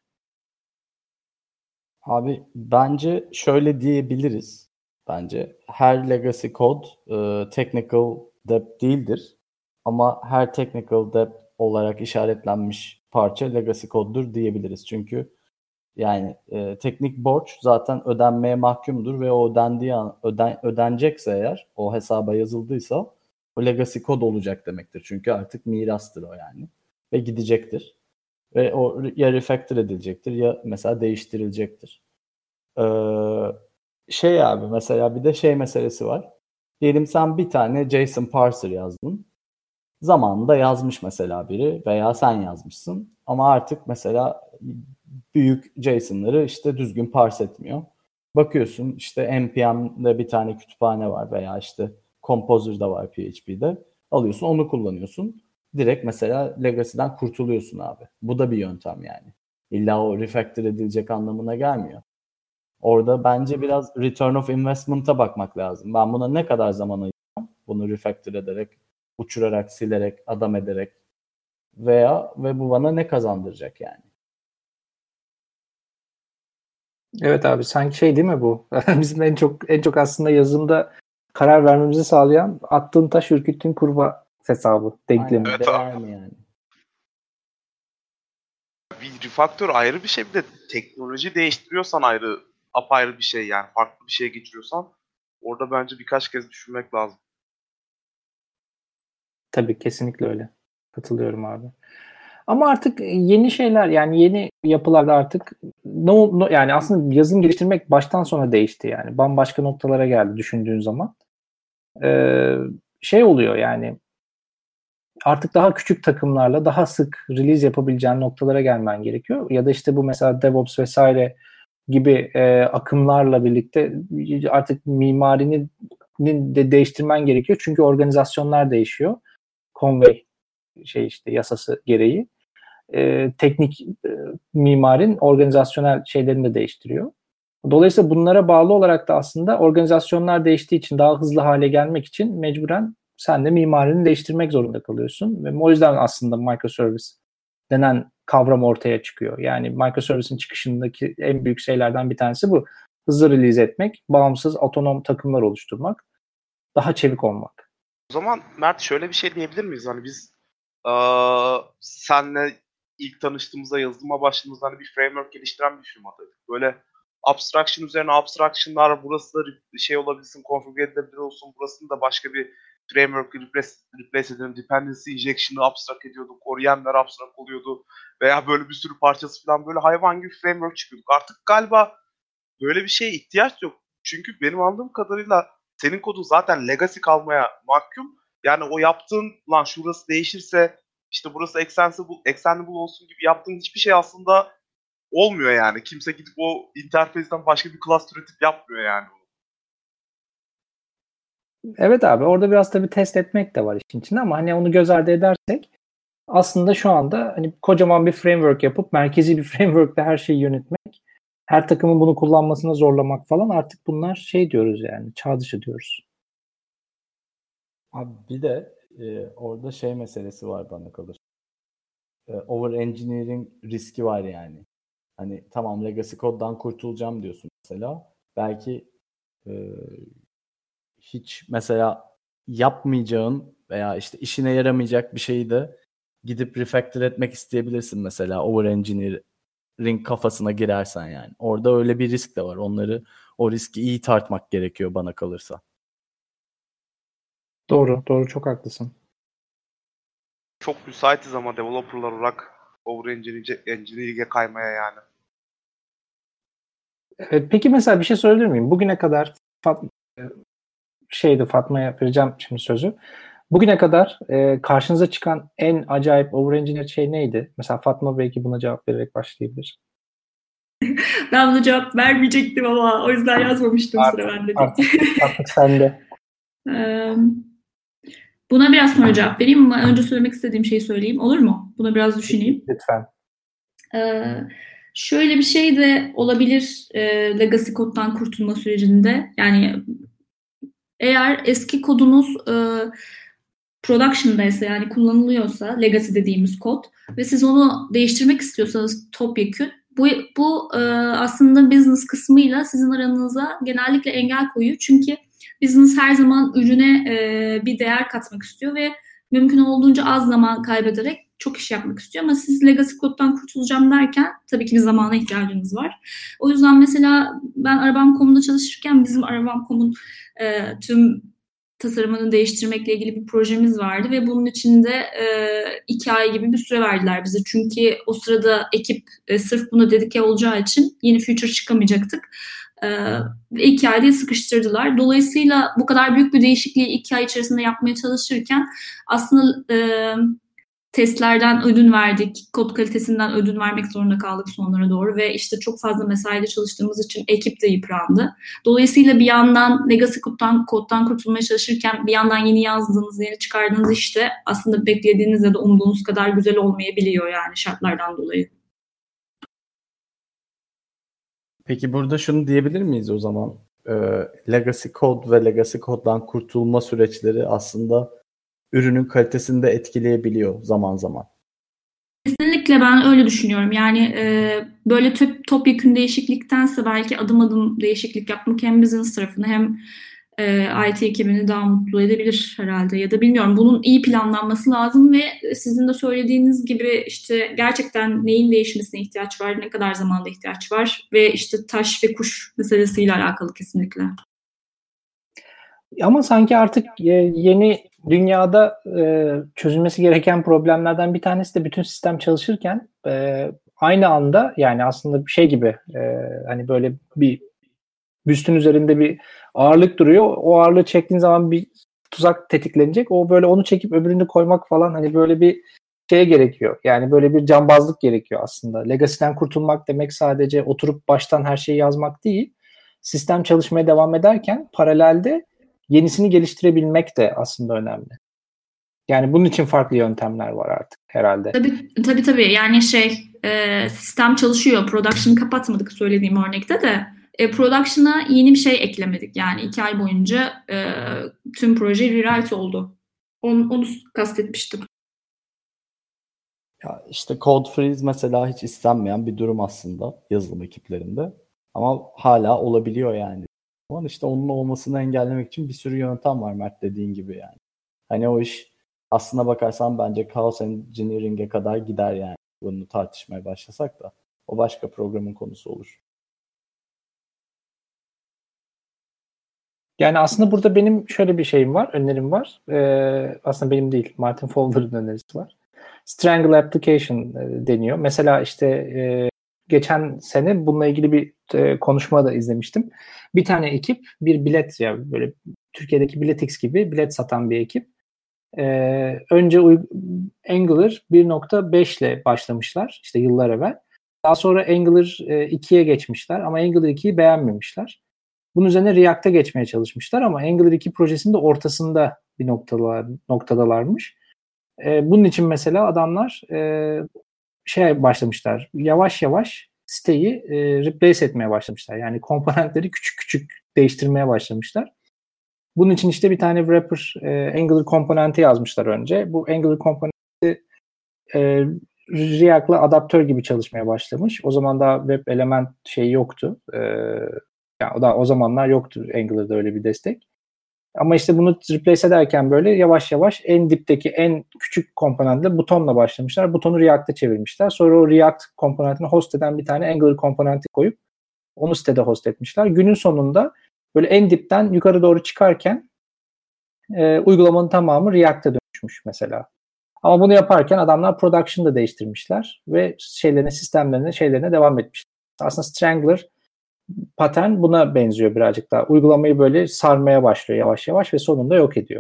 B: Abi bence şöyle diyebiliriz. Bence her legacy kod e, technical debt değildir. Ama her technical debt olarak işaretlenmiş parça legacy koddur diyebiliriz. Çünkü yani e, teknik borç zaten ödenmeye mahkumdur ve o ödendiği an, öden, ödenecekse eğer o hesaba yazıldıysa o legacy kod olacak demektir. Çünkü artık mirastır o yani ve gidecektir. Ve o ya refactor edilecektir ya mesela değiştirilecektir. Ee, şey abi mesela bir de şey meselesi var. Diyelim sen bir tane JSON parser yazdın. Zamanında yazmış mesela biri veya sen yazmışsın. Ama artık mesela büyük JSON'ları işte düzgün parse etmiyor. Bakıyorsun işte N P M'de bir tane kütüphane var veya işte Composer'da var P H P'de. Alıyorsun onu kullanıyorsun. Direkt mesela legacy'den kurtuluyorsun abi. Bu da bir yöntem yani. İlla o refactor edilecek anlamına gelmiyor. Orada bence biraz return of investment'a bakmak lazım. Ben buna ne kadar zaman ayıracağım? Bunu refactor ederek, uçurarak, silerek, adam ederek veya ve bu bana ne kazandıracak yani?
A: Evet abi sanki şey değil mi bu? Bizim en çok en çok aslında yazılımda karar vermemizi sağlayan attığın taş ürküttüğün kurbağa hesabı, denklemi.
E: Evet
B: Değer
E: abi.
B: mi yani?
E: Bir refactor ayrı bir şey, bir de teknoloji değiştiriyorsan ayrı, apayrı bir şey yani farklı bir şeye geçiriyorsan orada bence birkaç kez düşünmek lazım.
A: Tabii kesinlikle öyle. Katılıyorum abi. Ama artık yeni şeyler yani yeni yapılarda artık no, no, yani aslında yazılım geliştirmek baştan sona değişti yani. Bambaşka noktalara geldi düşündüğün zaman. Ee, şey oluyor yani artık daha küçük takımlarla daha sık release yapabileceğin noktalara gelmen gerekiyor. Ya da işte bu mesela DevOps vesaire gibi e, akımlarla birlikte artık mimarinin de değiştirmen gerekiyor. Çünkü organizasyonlar değişiyor. Conway şey işte yasası gereği. E, teknik e, mimarin organizasyonel şeylerini de değiştiriyor. Dolayısıyla bunlara bağlı olarak da aslında organizasyonlar değiştiği için daha hızlı hale gelmek için mecburen sen de mimarini değiştirmek zorunda kalıyorsun. Ve o yüzden aslında microservice denen kavram ortaya çıkıyor. Yani microservice'in çıkışındaki en büyük şeylerden bir tanesi bu. Hızlı release etmek, bağımsız, otonom takımlar oluşturmak, daha çevik olmak.
E: O zaman Mert şöyle bir şey diyebilir miyiz? Hani biz eee senle ilk tanıştığımızda yazılıma başladığımızda hani bir framework geliştiren bir firmadaydık. Böyle abstraction üzerine abstraction'lar, burası da şey olabilsin, configure edilebilir olsun, burasını da başka bir framework replace, replace edelim, dependency injection'ı abstract ediyorduk, oryenler abstract oluyordu veya böyle bir sürü parçası falan böyle hayvan gibi framework çıkıyorduk. Artık galiba böyle bir şeye ihtiyaç yok. Çünkü benim anladığım kadarıyla senin kodun zaten legacy kalmaya mahkum. Yani o yaptığın lan şurası değişirse işte burası extensible, extendable olsun gibi yaptığın hiçbir şey aslında olmuyor yani. Kimse gidip o interface'den başka bir class üretip yapmıyor yani.
A: Evet abi, orada biraz tabii test etmek de var işin içinde ama hani onu göz ardı edersek aslında şu anda hani kocaman bir framework yapıp merkezi bir framework'le her şeyi yönetmek, her takımın bunu kullanmasına zorlamak falan, artık bunlar şey diyoruz yani, çağ dışı diyoruz.
B: Abi bir de e, orada şey meselesi var bana kalır. E, over engineering riski var yani. Hani tamam legacy koddan kurtulacağım diyorsun mesela. Belki e, hiç mesela yapmayacağın veya işte işine yaramayacak bir şeyi de gidip refactor etmek isteyebilirsin mesela over engineering kafasına girersen yani. Orada öyle bir risk de var. Onları, o riski iyi tartmak gerekiyor bana kalırsa.
A: Doğru, doğru, çok haklısın.
E: Çok müsaitiz ama developerlar olarak over engineering'e kaymaya yani.
A: Evet, peki mesela bir şey söyleyebilir miyim? Bugüne kadar Fat, şeydi Fatma'ya vereceğim şimdi sözü. Bugüne kadar e, karşınıza çıkan en acayip over-engineered şey neydi? Mesela Fatma belki buna cevap vererek başlayabilir.
F: Ben buna cevap vermeyecektim ama o yüzden yazmamıştım
A: Artık,
F: sıra bende.
A: artık, artık sende.
F: Buna biraz sonra cevap vereyim ama önce söylemek istediğim şeyi söyleyeyim. Olur mu? Buna biraz düşüneyim.
A: Lütfen.
F: Ee, şöyle bir şey de olabilir e, legacy koddan kurtulma sürecinde. Yani eğer eski kodunuz e, production'daysa, yani kullanılıyorsa legacy dediğimiz kod ve siz onu değiştirmek istiyorsanız topyekün, bu, bu e, aslında business kısmıyla sizin aranıza genellikle engel koyuyor. Çünkü business her zaman ürüne e, bir değer katmak istiyor ve mümkün olduğunca az zaman kaybederek çok iş yapmak istiyor. Ama siz legacy koddan kurtulacağım derken tabii ki bir zamana ihtiyacınız var. O yüzden mesela ben Arabam nokta com'da çalışırken bizim Arabam nokta com'un e, tüm tasarımını değiştirmekle ilgili bir projemiz vardı ve bunun içinde e, iki ay gibi bir süre verdiler bize. Çünkü o sırada ekip e, sırf buna dedike olacağı için yeni feature çıkamayacaktık. E, iki ay diye sıkıştırdılar. Dolayısıyla bu kadar büyük bir değişikliği iki ay içerisinde yapmaya çalışırken aslında e, testlerden ödün verdik, kod kalitesinden ödün vermek zorunda kaldık sonlara doğru ve işte çok fazla mesaide çalıştığımız için ekip de yıprandı. Dolayısıyla bir yandan legacy koddan, koddan kurtulmaya çalışırken bir yandan yeni yazdığınız, yeni çıkardığınız işte aslında beklediğiniz ya da umduğunuz kadar güzel olmayabiliyor yani şartlardan dolayı.
B: Peki burada şunu diyebilir miyiz o zaman? Ee, legacy code ve legacy koddan kurtulma süreçleri aslında ürünün kalitesini de etkileyebiliyor zaman zaman.
F: Kesinlikle ben öyle düşünüyorum. Yani e, böyle top, topyekün değişikliktense belki adım adım değişiklik yapmak hem business tarafını hem e, I T ekibini daha mutlu edebilir herhalde. Ya da bilmiyorum, bunun iyi planlanması lazım ve sizin de söylediğiniz gibi işte gerçekten neyin değişmesine ihtiyaç var, ne kadar zamanda ihtiyaç var ve işte taş ve kuş meselesiyle alakalı kesinlikle.
A: Ama sanki artık yeni dünyada çözülmesi gereken problemlerden bir tanesi de bütün sistem çalışırken aynı anda, yani aslında bir şey gibi, hani böyle bir büstün üzerinde bir ağırlık duruyor. O ağırlığı çektiğin zaman bir tuzak tetiklenecek. O böyle onu çekip öbürünü koymak falan, hani böyle bir şeye gerekiyor. Yani böyle bir cambazlık gerekiyor aslında. Legacy'den kurtulmak demek sadece oturup baştan her şeyi yazmak değil. Sistem çalışmaya devam ederken paralelde yenisini geliştirebilmek de aslında önemli. Yani bunun için farklı yöntemler var artık herhalde.
F: Tabii tabii, tabii. Yani şey e, sistem çalışıyor. Production'ı kapatmadık söylediğim örnekte de. E, production'a yeni bir şey eklemedik. Yani iki ay boyunca e, tüm proje rewrite oldu. Onu, onu kastetmiştim.
B: Ya işte code freeze mesela hiç istenmeyen bir durum aslında yazılım ekiplerinde. Ama hala olabiliyor yani. Ama işte onun olmasını engellemek için bir sürü yöntem var Mert, dediğin gibi yani. Hani o iş aslına bakarsan bence chaos engineering'e kadar gider yani. Bunu tartışmaya başlasak da o başka programın konusu olur.
A: Yani aslında burada benim şöyle bir şeyim var, önerim var. Ee, aslında benim değil, Martin Fowler'ın önerisi var. Strangle Application e, deniyor. Mesela işte e, geçen sene bununla ilgili bir e, konuşma da izlemiştim. Bir tane ekip bir bilet, ya böyle Türkiye'deki Biletix gibi bilet satan bir ekip. Ee, önce uy- Angular bir nokta beş ile başlamışlar işte yıllar evvel. Daha sonra Angular e, ikiye geçmişler ama Angular ikiyi beğenmemişler. Bunun üzerine React'a geçmeye çalışmışlar ama Angular iki projesinde ortasında bir noktalar, noktadalarmış. E, bunun için mesela adamlar e, şey başlamışlar. Yavaş yavaş siteyi e, replace etmeye başlamışlar. Yani komponentleri küçük küçük değiştirmeye başlamışlar. Bunun için işte bir tane wrapper e, Angular komponenti yazmışlar önce. Bu Angular komponenti e, React'la adaptör gibi çalışmaya başlamış. O zaman daha web element şeyi yoktu. E, yani daha o zamanlar yoktu Angular'da öyle bir destek. Ama işte bunu replace ederken böyle yavaş yavaş en dipteki en küçük komponentle butonla başlamışlar. Butonu React'a çevirmişler. Sonra o React komponentini host eden bir tane Angular komponenti koyup onu sitede host etmişler. Günün sonunda böyle en dipten yukarı doğru çıkarken e, uygulamanın tamamı React'a dönüşmüş mesela. Ama bunu yaparken adamlar production'da değiştirmişler ve şeylerine, sistemlerine, şeylerine devam etmişler. Aslında Strangler patern buna benziyor birazcık daha. Uygulamayı böyle sarmaya başlıyor yavaş yavaş ve sonunda yok ediyor.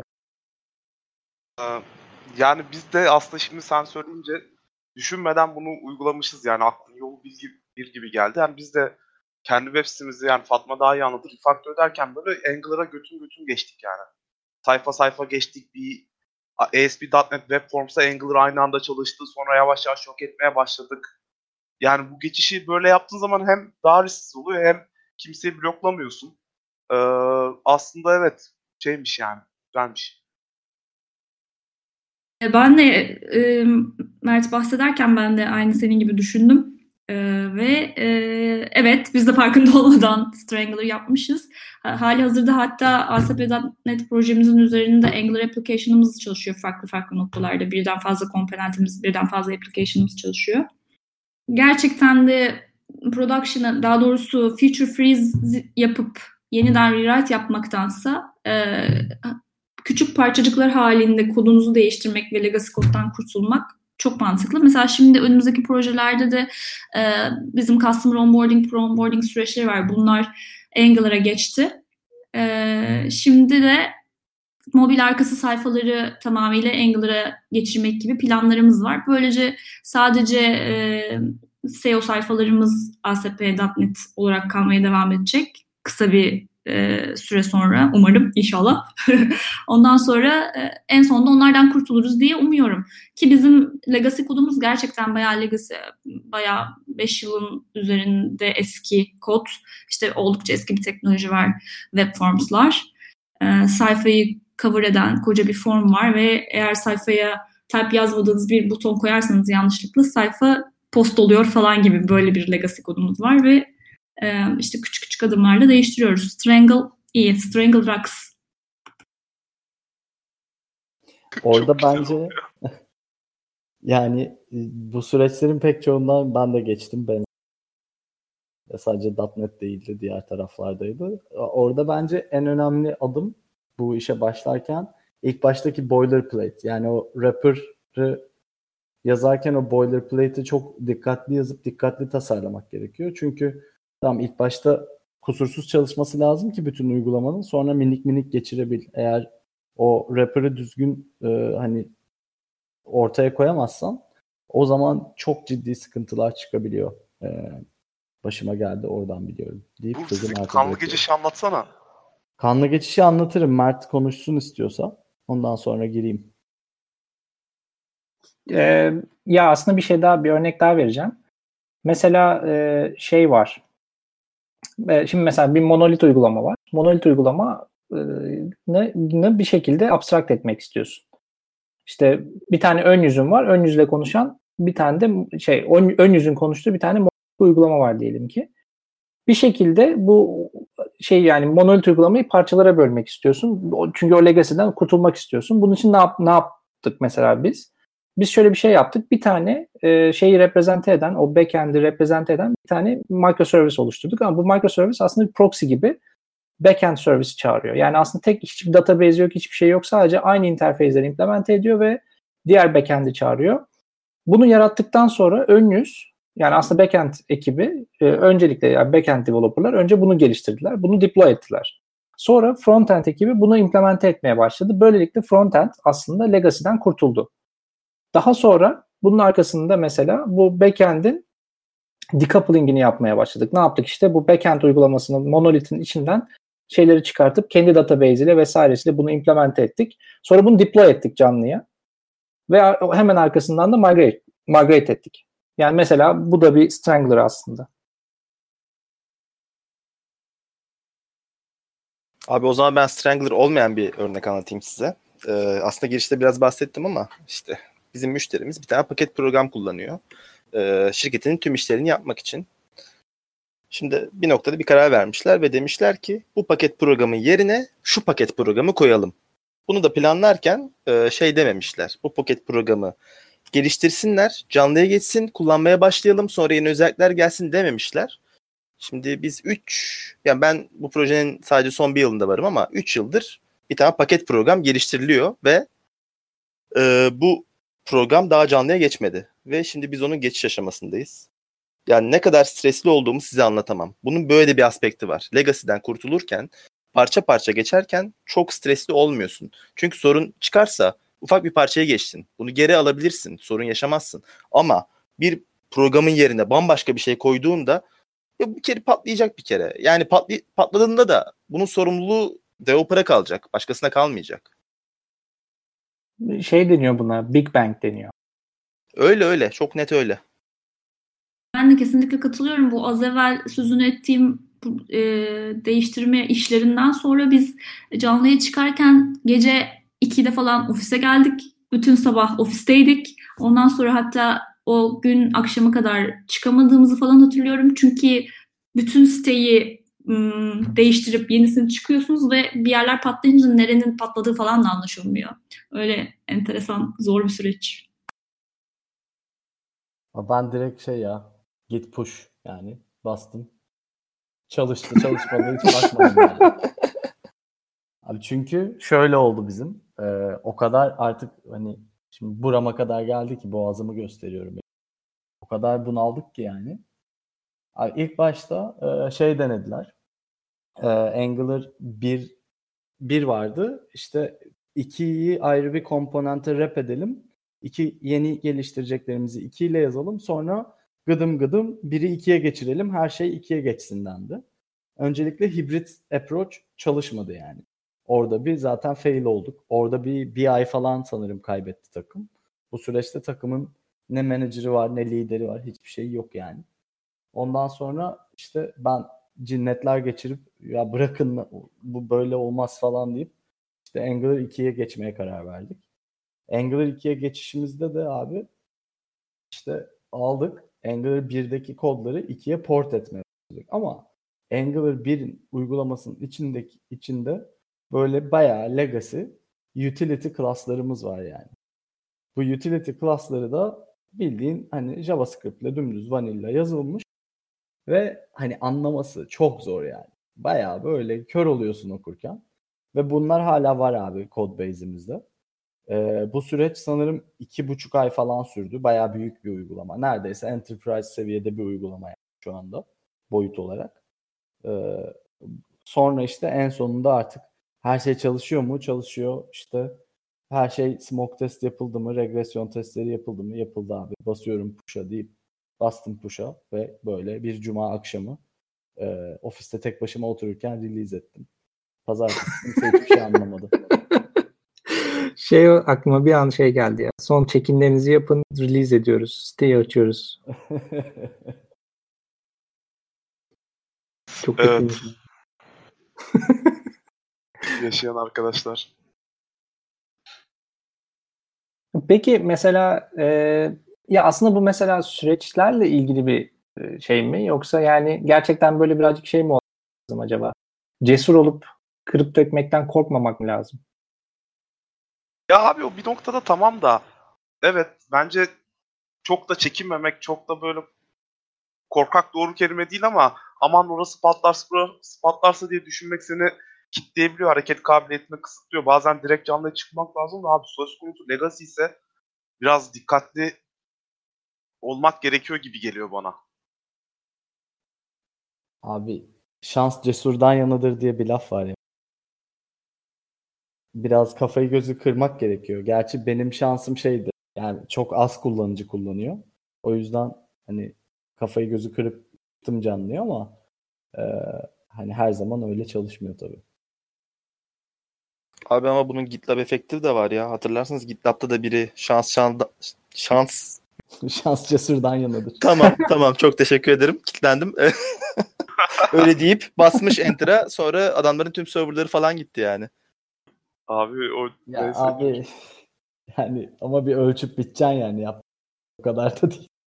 E: Yani biz de aslında şimdi sen söyleyince düşünmeden bunu uygulamışız yani aklın yolu bir gibi, bir gibi geldi. Yani biz de kendi web sitemizi yani Fatma daha iyi anladı. Refactor ederken böyle Angular'a götün götün geçtik yani. Sayfa sayfa geçtik bir A S P nokta net Web Forms'ta Angular aynı anda çalıştı. Sonra yavaş yavaş yok etmeye başladık. Yani bu geçişi böyle yaptığın zaman hem daha risksiz oluyor hem kimseyi bloklamıyorsun. Ee, aslında evet şeymiş yani güzelmiş.
F: Ben de e, Mert bahsederken ben de aynı senin gibi düşündüm. E, ve e, evet biz de farkında olmadan Strangler yapmışız. Hali hazırda hatta A S P nokta net projemizin üzerinde Angular application'ımız çalışıyor farklı farklı noktalarda. Birden fazla komponentimiz, birden fazla application'ımız çalışıyor. Gerçekten de production'a daha doğrusu feature freeze yapıp yeniden rewrite yapmaktansa e, küçük parçacıklar halinde kodunuzu değiştirmek ve legacy koddan kurtulmak çok mantıklı. Mesela şimdi önümüzdeki projelerde de e, bizim customer onboarding, pro onboarding süreçleri var. Bunlar Angular'a geçti. E, şimdi de mobil arkası sayfaları tamamıyla Angular'a geçirmek gibi planlarımız var. Böylece sadece e, S E O sayfalarımız A S P nokta net olarak kalmaya devam edecek. Kısa bir e, süre sonra umarım inşallah. Ondan sonra e, en sonunda onlardan kurtuluruz diye umuyorum. Ki bizim legacy kodumuz gerçekten bayağı legacy, bayağı beş yılın üzerinde eski kod. İşte oldukça eski bir teknoloji var. Web Forms'lar. E, sayfayı cover eden koca bir form var ve eğer sayfaya type yazmadığınız bir buton koyarsanız yanlışlıkla sayfa post oluyor falan gibi böyle bir legacy kodumuz var ve e, işte küçük küçük adımlarla değiştiriyoruz. Strangle iyi, Strangle rocks.
B: Orada bence yani bu süreçlerin pek çoğundan ben de geçtim. Ben sadece nokta net değildi, diğer taraflardaydı. Orada bence en önemli adım bu işe başlarken ilk baştaki boilerplate. Yani o wrapper'ı yazarken o boilerplate'i çok dikkatli yazıp dikkatli tasarlamak gerekiyor. Çünkü tamam ilk başta kusursuz çalışması lazım ki bütün uygulamanın, sonra minik minik geçirebil. Eğer o wrapper'ı düzgün e, hani ortaya koyamazsan o zaman çok ciddi sıkıntılar çıkabiliyor. E, başıma geldi oradan biliyorum. Deyip
E: Bu sizin kanlı geçişi anlatsana.
B: Kanlı geçişi anlatırım. Mert konuşsun istiyorsa. Ondan sonra gireyim.
A: Ee, ya aslında bir şey daha, bir örnek daha vereceğim. Mesela e, şey var. E, şimdi mesela bir monolit uygulama var. Monolit uygulama e, ne, ne bir şekilde abstract etmek istiyorsun. İşte bir tane ön yüzün var. Ön yüzle konuşan bir tane de şey ön, ön yüzün konuştuğu bir tane monolit uygulama var diyelim ki. Bir şekilde bu şey yani monolit uygulamayı parçalara bölmek istiyorsun. Çünkü o legacy'den kurtulmak istiyorsun. Bunun için ne, yap, ne yaptık mesela biz? Biz şöyle bir şey yaptık. Bir tane e, şeyi reprezente eden, o backend'i reprezente eden bir tane microservice oluşturduk. Ama bu microservice aslında bir proxy gibi backend servisi çağırıyor. Yani aslında tek hiçbir database yok, hiçbir şey yok. Sadece aynı interface'leri implemente ediyor ve diğer backend'i çağırıyor. Bunu yarattıktan sonra ön yüz, yani aslında backend ekibi e, öncelikle yani backend developerlar önce bunu geliştirdiler. Bunu deploy ettiler. Sonra frontend ekibi bunu implemente etmeye başladı. Böylelikle frontend aslında legacy'den kurtuldu. Daha sonra bunun arkasında mesela bu backend'in decoupling'ini yapmaya başladık. Ne yaptık işte? Bu backend uygulamasının monolithin içinden şeyleri çıkartıp kendi database ile vesairesiyle bunu implemente ettik. Sonra bunu deploy ettik canlıya. Ve hemen arkasından da migrate, migrate ettik. Yani mesela bu da bir strangler aslında.
D: Abi o zaman ben strangler olmayan bir örnek anlatayım size. Ee, aslında girişte biraz bahsettim ama işte bizim müşterimiz bir tane paket program kullanıyor. Ee, şirketinin tüm işlerini yapmak için. Şimdi bir noktada bir karar vermişler ve demişler ki bu paket programın yerine şu paket programı koyalım. Bunu da planlarken e, şey dememişler. Bu paket programı geliştirsinler, canlıya geçsin, kullanmaya başlayalım, sonra yeni özellikler gelsin dememişler. Şimdi biz üç, yani ben bu projenin sadece son bir yılında varım ama üç yıldır bir tane paket program geliştiriliyor ve e, bu program daha canlıya geçmedi. Ve şimdi biz onun geçiş aşamasındayız. Yani ne kadar stresli olduğumu size anlatamam. Bunun böyle bir aspekti var. Legacy'den kurtulurken, parça parça geçerken çok stresli olmuyorsun. Çünkü sorun çıkarsa ufak bir parçaya geçtin. Bunu geri alabilirsin. Sorun yaşamazsın. Ama bir programın yerine bambaşka bir şey koyduğunda ya bir kere patlayacak bir kere. Yani patlı, patladığında da bunun sorumluluğu developer'a kalacak. Başkasına kalmayacak.
A: Şey deniyor buna, Big Bang deniyor.
D: Öyle öyle. Çok net öyle.
F: Ben de kesinlikle katılıyorum. Bu az evvel sözünü ettiğim e, değiştirme işlerinden sonra biz canlıya çıkarken gece ikide falan ofise geldik. Bütün sabah ofisteydik. Ondan sonra hatta o gün akşama kadar çıkamadığımızı falan hatırlıyorum. Çünkü bütün siteyi ım, değiştirip yenisini çıkıyorsunuz ve bir yerler patlayınca nerenin patladığı falan da anlaşılmıyor. Öyle enteresan, zor bir süreç.
B: Ben direkt şey ya, git push yani bastım. Çalıştı çalışmadı hiç bakmadım yani. Abi çünkü şöyle oldu bizim. Ee, o kadar artık hani şimdi burama kadar geldi ki boğazımı gösteriyorum. O kadar bunaldık ki yani. Abi ilk başta e, şey denediler. E, Angular bir bir vardı. İşte ikiyi ayrı bir komponente wrap edelim. İki yeni geliştireceklerimizi iki ile yazalım. Sonra gıdım gıdım biri ikiye geçirelim. Her şey ikiye geçsin dendi. Öncelikle hibrit approach çalışmadı yani. Orada bir zaten fail olduk. Orada bir bir ay falan sanırım kaybetti takım. Bu süreçte takımın ne menajeri var ne lideri var. Hiçbir şey yok yani. Ondan sonra işte ben cinnetler geçirip ya bırakın bu böyle olmaz falan deyip işte Angular ikiye geçmeye karar verdik. Angular ikiye geçişimizde de abi işte aldık Angular birdeki kodları ikiye port etmeye başladık. Ama Angular birin uygulamasının içindeki içinde böyle bayağı legacy utility class'larımız var yani. Bu utility class'ları da bildiğin hani JavaScript ile dümdüz vanilla yazılmış ve hani anlaması çok zor yani. Bayağı böyle kör oluyorsun okurken. Ve bunlar hala var abi codebase'imizde. Ee, bu süreç sanırım iki buçuk ay falan sürdü. Bayağı büyük bir uygulama. Neredeyse enterprise seviyede bir uygulama yani şu anda boyut olarak. Ee, sonra işte en sonunda artık her şey çalışıyor mu? Çalışıyor. İşte her şey smoke test yapıldı mı? Regresyon testleri yapıldı mı? Yapıldı abi. Basıyorum push'a deyip bastım push'a ve böyle bir cuma akşamı e, ofiste tek başıma otururken release ettim. Pazartesi kimse hiçbir şey anlamadı.
A: Şey aklıma bir an şey geldi ya. Son check-inlerinizi yapın, release ediyoruz. Siteyi açıyoruz. Çok kötü.
E: Evet. Yaşayan arkadaşlar.
A: Peki mesela e, ya aslında bu mesela süreçlerle ilgili bir e, şey mi? Yoksa yani gerçekten böyle birazcık şey mi lazım acaba? Cesur olup kırıp dökmekten korkmamak mı lazım?
E: Ya abi o bir noktada tamam da evet bence çok da çekinmemek, çok da böyle korkak doğru kelime değil ama aman orası patlarsa, burası patlarsa diye düşünmek seni kitleyebiliyor, hareket kabiliyetini kısıtlıyor. Bazen direkt canlıya çıkmak lazım da abi söz konusu legacy ise biraz dikkatli olmak gerekiyor gibi geliyor bana.
B: Abi şans cesurdan yanadır diye bir laf var ya. biraz kafayı gözü kırmak gerekiyor. Gerçi benim şansım şeydi. Yani çok az kullanıcı kullanıyor. O yüzden hani kafayı gözü kırıp yaptım canlıyor ama e, hani her zaman öyle çalışmıyor tabii.
D: Abi ama bunun GitLab efekti de var ya. Hatırlarsanız GitLab'da da biri şans şans şans
B: Şans cesurdan yanadır.
D: Tamam tamam çok teşekkür ederim. Kitlendim. Öyle deyip basmış enter'a, sonra adamların tüm serverları falan gitti yani.
E: Abi o
B: Ya
E: neyse.
B: abi yani ama bir ölçüp biteceksin yani, yap. O kadar da değil.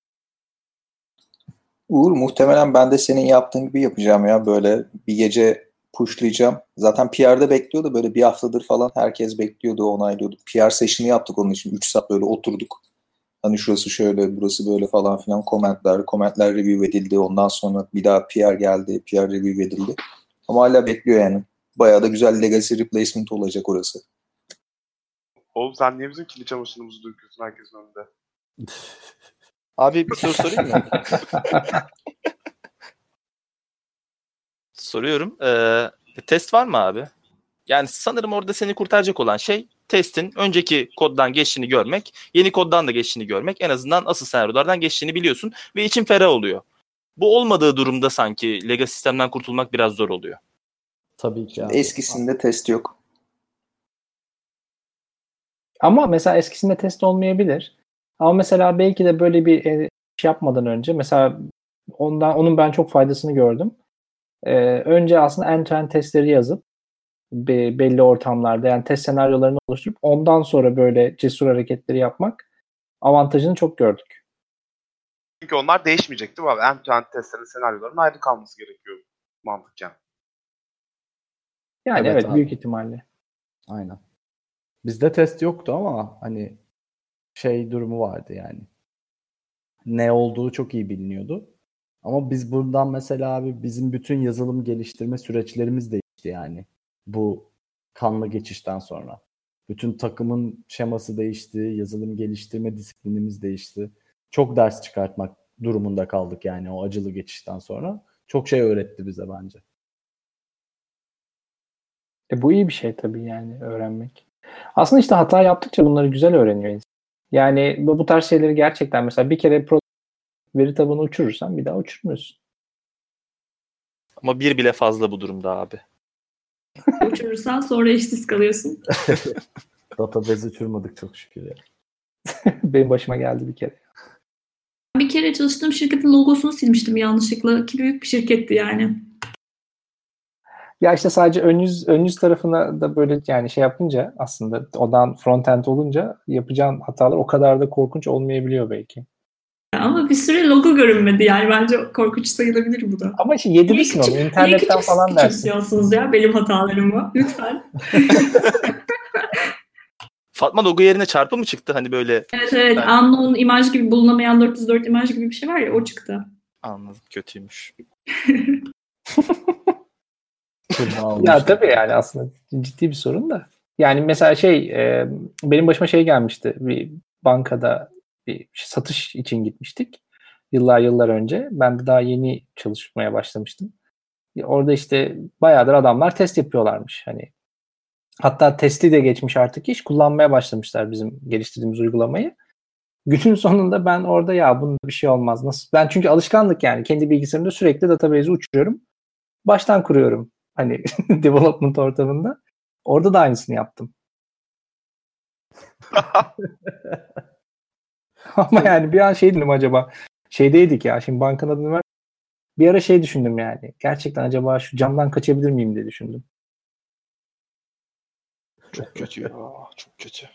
G: Uğur, muhtemelen ben de senin yaptığın gibi yapacağım ya. Böyle bir gece pushlayacağım. Zaten P R'da bekliyordu. Böyle bir haftadır falan herkes bekliyordu, onaylıyordu. P R session'ı yaptık onun için. üç saat böyle oturduk. Hani şurası şöyle, burası böyle falan filan. Komentler, komentler review edildi. Ondan sonra bir daha P R geldi. P R review edildi. Ama hala bekliyor yani. Bayağı da güzel legacy replacement olacak orası.
E: Oğlum sen niye bizim kirli çamaşırımızı döküyorsun herkesin önünde?
D: Abi bir soru sorayım mı? Soruyorum. Ee, test var mı abi? Yani sanırım orada seni kurtaracak olan şey testin önceki koddan geçtiğini görmek, yeni koddan da geçtiğini görmek. En azından asıl senaryolardan geçtiğini biliyorsun ve için ferah oluyor. Bu olmadığı durumda sanki legacy sistemden kurtulmak biraz zor oluyor.
B: Tabii ki abi.
G: Eskisinde test yok.
A: Ama mesela eskisinde test olmayabilir. Ama mesela belki de böyle bir iş yapmadan önce mesela ondan onun ben çok faydasını gördüm. Ee, önce aslında end-to-end testleri yazıp be, belli ortamlarda yani test senaryolarını oluşturup ondan sonra böyle cesur hareketleri yapmak avantajını çok gördük.
E: Çünkü onlar değişmeyecek değil mi abi? End-to-end testlerin senaryolarının ayrı kalması gerekiyor mantıken.
A: Yani
B: Evet
A: evet,
B: abi.
A: büyük ihtimalle.
B: Aynen. Bizde test yoktu ama hani şey durumu vardı yani. Ne olduğu çok iyi biliniyordu. Ama biz buradan mesela abi bizim bütün yazılım geliştirme süreçlerimiz değişti yani. Bu kanlı geçişten sonra. Bütün takımın şeması değişti. Yazılım geliştirme disiplinimiz değişti. Çok ders çıkartmak durumunda kaldık yani o acılı geçişten sonra. Çok şey öğretti bize bence.
A: E bu iyi bir şey tabii yani öğrenmek. Aslında işte hata yaptıkça bunları güzel öğreniyor insan. Yani bu, bu tarz şeyleri gerçekten mesela bir kere pro veri tabanı uçurursan bir daha uçurmuyorsun.
D: Ama bir bile fazla bu durumda abi.
F: Uçurursan sonra eşsiz kalıyorsun.
B: Database uçurmadık çok şükür ya.
A: Benim başıma geldi bir kere.
F: Bir kere çalıştığım şirketin logosunu silmiştim yanlışlıkla ki büyük bir şirketti yani.
A: Ya işte sadece ön yüz, ön yüz tarafına da böyle yani şey yapınca aslında odan front-end olunca yapacağın hatalar o kadar da korkunç olmayabiliyor belki.
F: Ama bir süre logo görünmedi yani bence korkunç sayılabilir bu da.
A: Ama işte yedirirsin onu internetten
F: küçük,
A: falan dersin.
F: küçümsüyorsunuz ya benim hatalarımı lütfen.
D: Fatma logo yerine çarpı mı çıktı hani böyle?
F: Evet evet
D: Ben...
F: unknown imaj gibi bulunamayan dört yüz dört imaj gibi bir şey var ya o çıktı.
D: Anladım, kötüymüş.
A: Ya tabii yani aslında ciddi bir sorun da. Yani mesela şey e, benim başıma şey gelmişti. Bir bankada bir satış için gitmiştik. Yıllar yıllar önce. Ben de daha yeni çalışmaya başlamıştım. Orada işte bayağıdır adamlar test yapıyorlarmış. Hani hatta testi de geçmiş artık iş. Kullanmaya başlamışlar bizim geliştirdiğimiz uygulamayı. Günün sonunda ben orada ya bunda bir şey olmaz. Nasıl? Ben çünkü alışkanlık yani. Kendi bilgisayarımda sürekli database'i uçuruyorum. Baştan kuruyorum. Hani development ortamında. Orada da aynısını yaptım. Ama yani bir an şey dedim acaba. Şeydeydik ya. Şimdi bankanın adını ver. Bir ara şey düşündüm yani. Gerçekten acaba şu camdan kaçabilir miyim diye düşündüm.
D: Çok kötü ya. Çok kötü.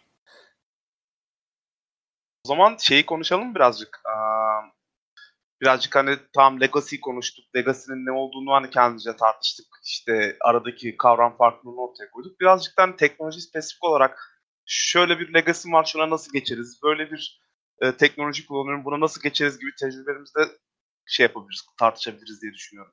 E: O zaman şeyi konuşalım birazcık. Aa, birazcık hani tam legacy konuştuk. Legacy'nin ne olduğunu hani kendince tartıştık. İşte aradaki kavram farklılığını ortaya koyduk. Birazcık da hani teknoloji spesifik olarak şöyle bir legacy var, şuna nasıl geçeriz? Böyle bir e, teknoloji kullanıyorum, buna nasıl geçeriz gibi tecrübelerimizde şey yapabiliriz, tartışabiliriz diye düşünüyorum.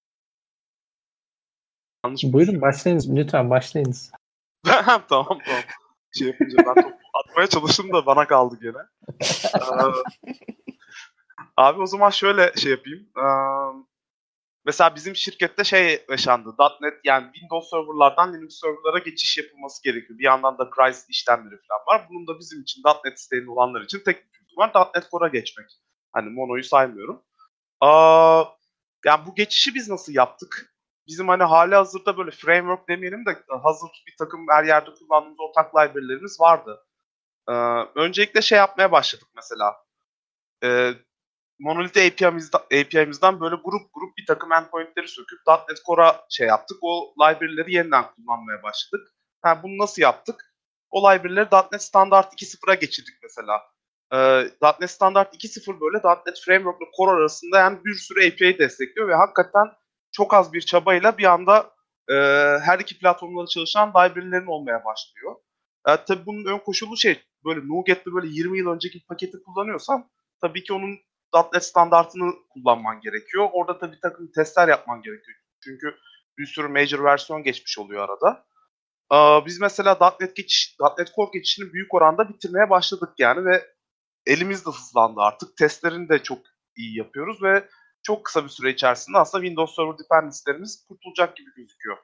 E: Yanlış mı
A: Buyurun başlayınız. Lütfen başlayınız.
E: tamam tamam. Şey yapınca ben topu atmaya çalıştım da bana kaldı gene. Ee, abi o zaman şöyle şey yapayım. Ee, mesela bizim şirkette şey yaşandı. .NET yani Windows serverlardan Linux serverlara geçiş yapılması gerekiyor. Bir yandan da Crysis işlemleri falan var. Bunun da bizim için .NET isteğinin olanlar için tek bir çözüm var. .NET Core'a geçmek. Hani Mono'yu saymıyorum. Aa, yani bu geçişi biz nasıl yaptık? Bizim hani hali hazırda böyle framework demeyelim de hazır bir takım her yerde kullandığımız ortak library'lerimiz vardı. Ee, öncelikle şey yapmaya başladık mesela. Ee, Monolith A P I'mizden, A P I'mizden böyle grup grup bir takım endpointleri söküp .NET Core'a şey yaptık. O library'leri yeniden kullanmaya başladık. Yani bunu nasıl yaptık? O library'leri .NET Standard iki nokta sıfıra geçirdik mesela. Ee, .NET Standard iki nokta sıfır böyle .NET Framework ile Core arasında yani bir sürü A P I destekliyor ve hakikaten çok az bir çabayla bir anda e, her iki platformda çalışan library'lerin olmaya başlıyor. E, tabii bunun ön koşulu şey, böyle NuGet'te böyle yirmi yıl önceki paketi kullanıyorsan tabii ki onun .NET standartını kullanman gerekiyor. Orada tabii takım testler yapman gerekiyor. Çünkü bir sürü major versiyon geçmiş oluyor arada. Ee, biz mesela .NET geçiş, .NET Core geçişini büyük oranda bitirmeye başladık yani ve elimiz de hızlandı artık. Testlerini de çok iyi yapıyoruz ve çok kısa bir süre içerisinde aslında Windows Server dependency'lerimiz kurtulacak gibi gözüküyor.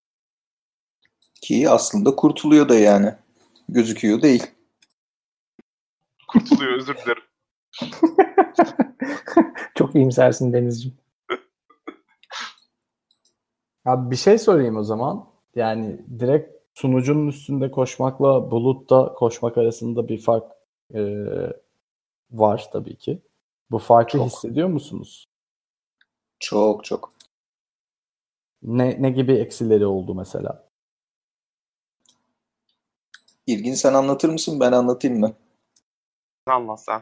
G: Ki aslında kurtuluyor da yani. Gözüküyor değil.
E: Kurtuluyor, özür dilerim.
A: Çok iyimsersin Denizciğim.
B: Abi bir şey sorayım o zaman. Yani direkt sunucunun üstünde koşmakla bulutta koşmak arasında bir fark e, var tabii ki. Bu farkı
G: Çok.
B: hissediyor musunuz?
G: Çok çok.
B: Ne, ne gibi eksileri oldu mesela?
G: İlgin sen anlatır mısın? Ben anlatayım mı?
E: Anlat sen.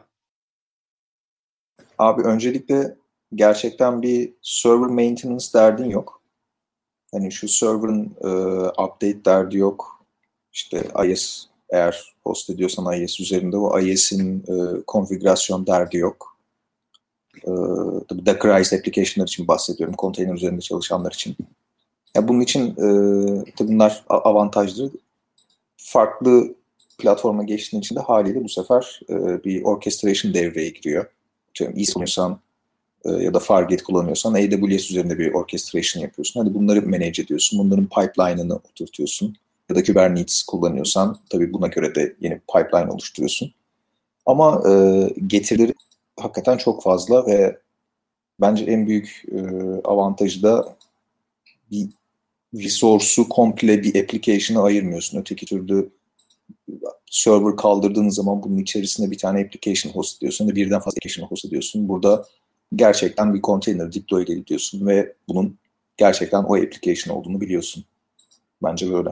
G: Abi öncelikle gerçekten bir server maintenance derdin yok. Hani şu server'ın e, update derdi yok. İşte I S eğer host ediyorsan I S üzerinde o I S'in e, konfigürasyon derdi yok. E, tabii Dockerized application'lar için bahsediyorum. Container üzerinde çalışanlar için. Ya bunun için e, tabii bunlar avantajlı. Farklı platforma geçtiğin için de haliyle bu sefer e, bir orchestration devreye giriyor. E S kullanıyorsan e, ya da Fargate kullanıyorsan A W S üzerinde bir orchestration yapıyorsun. Hadi bunları manage ediyorsun. Bunların pipeline'ını oturtuyorsun. Ya da Kubernetes kullanıyorsan tabii buna göre de yeni pipeline oluşturuyorsun. Ama e, getirileri hakikaten çok fazla ve bence en büyük e, avantajı da bir resource'u komple bir application'a ayırmıyorsun. Öteki türlü server kaldırdığın zaman bunun içerisinde bir tane application host ediyorsun ve birden fazla application host ediyorsun. Burada gerçekten bir container deploy ediyorsun ve bunun gerçekten o application olduğunu biliyorsun. Bence böyle.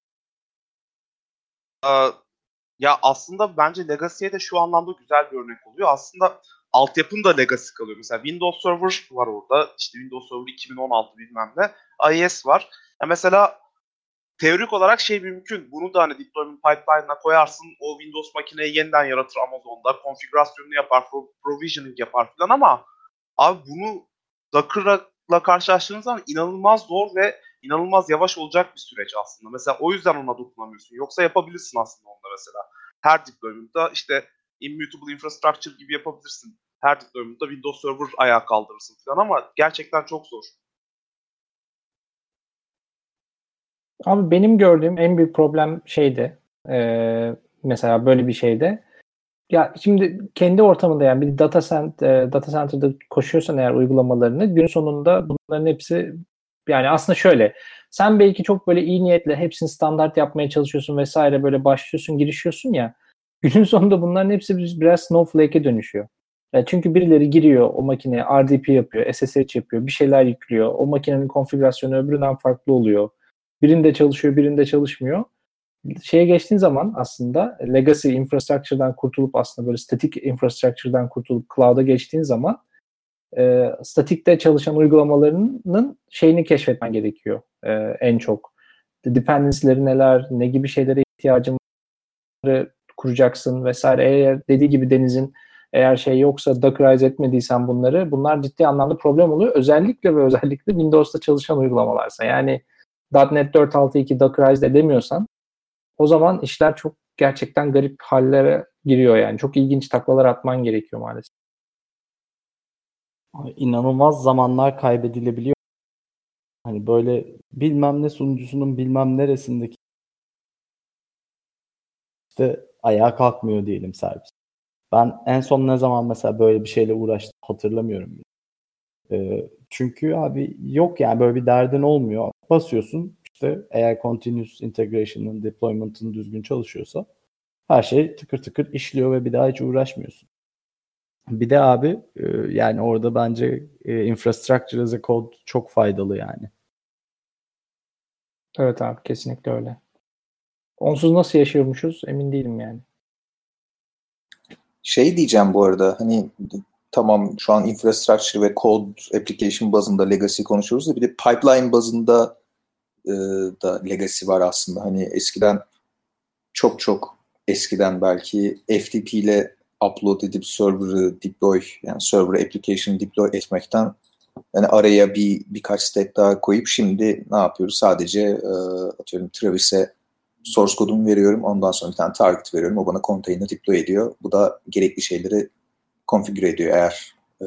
E: Ee, ya aslında bence Legacy'ye de şu anlamda güzel bir örnek oluyor. Aslında altyapın da Legacy kalıyor. Mesela Windows Server var orada. İşte Windows Server iki bin on altı bilmem ne. I S var. Ya mesela teorik olarak şey mümkün. Bunu da hani deployment pipeline'ına koyarsın. O Windows makineyi yeniden yaratır Amazon'da. Konfigürasyonunu yapar, provisioning yapar falan ama abi bunu Docker'la karşılaştığınız zaman inanılmaz zor ve inanılmaz yavaş olacak bir süreç aslında. Mesela o yüzden ona dokunamıyorsun. Yoksa yapabilirsin aslında onda mesela. Her deployment'da işte immutable infrastructure gibi yapabilirsin. Her deployment'da Windows Server ayağa kaldırırsın falan ama gerçekten çok zor.
A: Abi benim gördüğüm en büyük problem şeydi. E, mesela böyle bir şeyde. Ya şimdi kendi ortamında yani bir data center, data center'da koşuyorsan eğer uygulamalarını gün sonunda bunların hepsi yani aslında şöyle sen belki çok böyle iyi niyetle hepsini standart yapmaya çalışıyorsun vesaire böyle başlıyorsun girişiyorsun ya günün sonunda bunların hepsi biraz Snowflake'e dönüşüyor. Yani çünkü birileri giriyor o makineye R D P yapıyor, S S H yapıyor, bir şeyler yüklüyor. O makinenin konfigürasyonu öbüründen farklı oluyor. Birinde çalışıyor, birinde çalışmıyor. Şeye geçtiğin zaman aslında legacy infrastructure'dan kurtulup aslında böyle statik infrastructure'dan kurtulup cloud'a geçtiğin zaman e, statikte çalışan uygulamalarının şeyini keşfetmen gerekiyor e, en çok. Dependency'leri neler, ne gibi şeylere ihtiyacın var kuracaksın vesaire. Eğer dediği gibi Deniz'in eğer şey yoksa Dockerize etmediysen bunları bunlar ciddi anlamda problem oluyor. Özellikle ve özellikle Windows'ta çalışan uygulamalarsa yani .NET dört nokta altı iki Dockerize edemiyorsan o zaman işler çok gerçekten garip hallere giriyor yani. Çok ilginç taklalar atman gerekiyor maalesef.
B: İnanılmaz zamanlar kaybedilebiliyor Hani böyle bilmem ne sunucusunun bilmem neresindeki işte ayağa kalkmıyor diyelim servis. Ben en son ne zaman mesela böyle bir şeyle uğraştım hatırlamıyorum. Ee, çünkü abi yok yani böyle bir derdin olmuyor. Basıyorsun işte eğer continuous integration'ın, deployment'ın düzgün çalışıyorsa her şey tıkır tıkır işliyor ve bir daha hiç uğraşmıyorsun. Bir de abi e, yani orada bence e, infrastructure as a code çok faydalı yani.
A: Evet abi kesinlikle öyle. Onsuz nasıl yaşıyormuşuz emin değilim yani.
G: Şey diyeceğim bu arada hani tamam şu an infrastructure ve code application bazında legacy konuşuyoruz da bir de pipeline bazında e, da legacy var aslında. Hani eskiden çok çok eskiden belki F T P ile upload edip server'ı deploy yani server application deploy etmekten yani araya bir birkaç step daha koyup şimdi ne yapıyoruz? Sadece e, atıyorum Travis'e source kodumu veriyorum. Ondan sonra bir tane target veriyorum. O bana container'ı deploy ediyor. Bu da gerekli şeyleri konfigüre ediyor. Eğer e,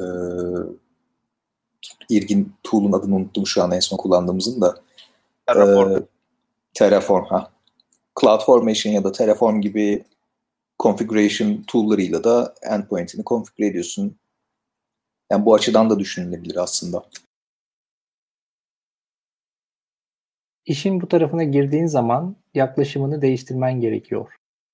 G: İrgin tool'un adını unuttum şu an en son kullandığımızın da.
E: Terraform.
G: E, Terraform. Ha. CloudFormation ya da Terraform gibi configuration tool'larıyla da endpoint'ini konfigüre ediyorsun. Yani bu açıdan da düşünülebilir aslında.
A: İşin bu tarafına girdiğin zaman yaklaşımını değiştirmen gerekiyor.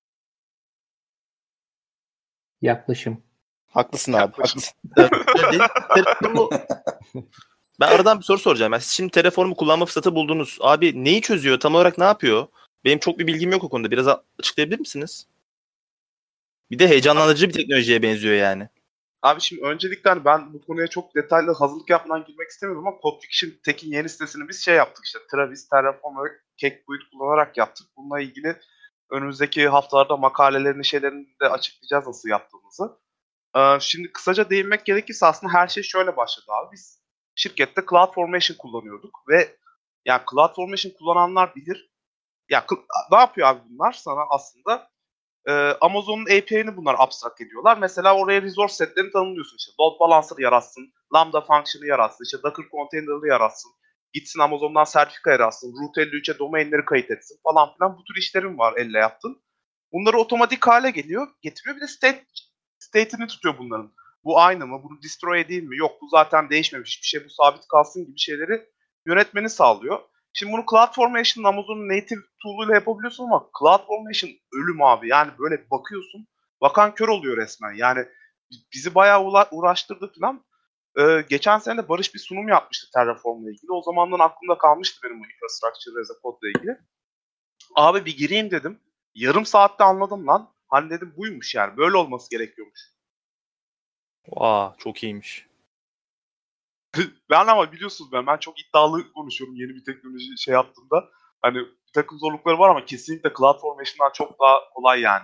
A: Yaklaşım.
D: Haklısın abi. Haklısın. Evet, Terraform'u- ben aradan bir soru soracağım. Yani siz şimdi Terraform'u kullanma fırsatı buldunuz. Abi neyi çözüyor? Tam olarak ne yapıyor? Benim çok bir bilgim yok o konuda. Biraz açıklayabilir misiniz? Bir de heyecanlandırıcı bir teknolojiye benziyor yani.
E: Abi şimdi öncelikle hani ben bu konuya çok detaylı hazırlık yapmadan girmek istemiyorum ama CodeFiction Tech'in yeni sitesini biz şey yaptık işte Travis, Terraform ve Cake-Build kullanarak yaptık. Bununla ilgili önümüzdeki haftalarda makalelerini şeylerini de açıklayacağız nasıl yaptığımızı. Ee, şimdi kısaca değinmek gerekirse aslında her şey şöyle başladı abi. Biz şirkette CloudFormation kullanıyorduk ve yani CloudFormation kullananlar bilir. Ya ne yapıyor abi bunlar sana aslında? Ee, Amazon'un A P I'ni bunlar abstract ediyorlar. Mesela oraya resource setlerini tanımlıyorsun işte. Load balancer yaratsın, Lambda function'ı yaratsın, işte Docker container'ı yaratsın, gitsin Amazon'dan sertifika yaratsın, Route elli üçe domainleri kayıt etsin falan filan. Bu tür işlerim var elle yaptın. Bunları otomatik hale geliyor, getiriyor. Bir de state, state'ini tutuyor bunların. Bu aynı mı? Bunu destroy edeyim mi? Yok bu zaten değişmemiş bir şey. Bu sabit kalsın gibi şeyleri yönetmeni sağlıyor. Şimdi bunu CloudFormation'ın Amazon'un native tool'uyla yapabiliyorsun ama CloudFormation ölüm abi. Yani böyle bakıyorsun, bakan kör oluyor resmen. Yani bizi bayağı uğraştırdı falan. Ee, geçen sene de Barış bir sunum yapmıştı Terraform'la ilgili. O zamandan aklımda kalmıştı benim bu infrastructure as a code'la ilgili. Abi bir gireyim dedim. Yarım saatte anladım lan. Hani dedim buymuş yani. Böyle olması gerekiyormuş.
D: Aa, çok iyiymiş.
E: Ben ama biliyorsunuz ben, ben çok iddialı konuşuyorum yeni bir teknoloji şey yaptığımda. Hani bir takım zorlukları var ama kesinlikle CloudFormation'dan çok daha kolay yani.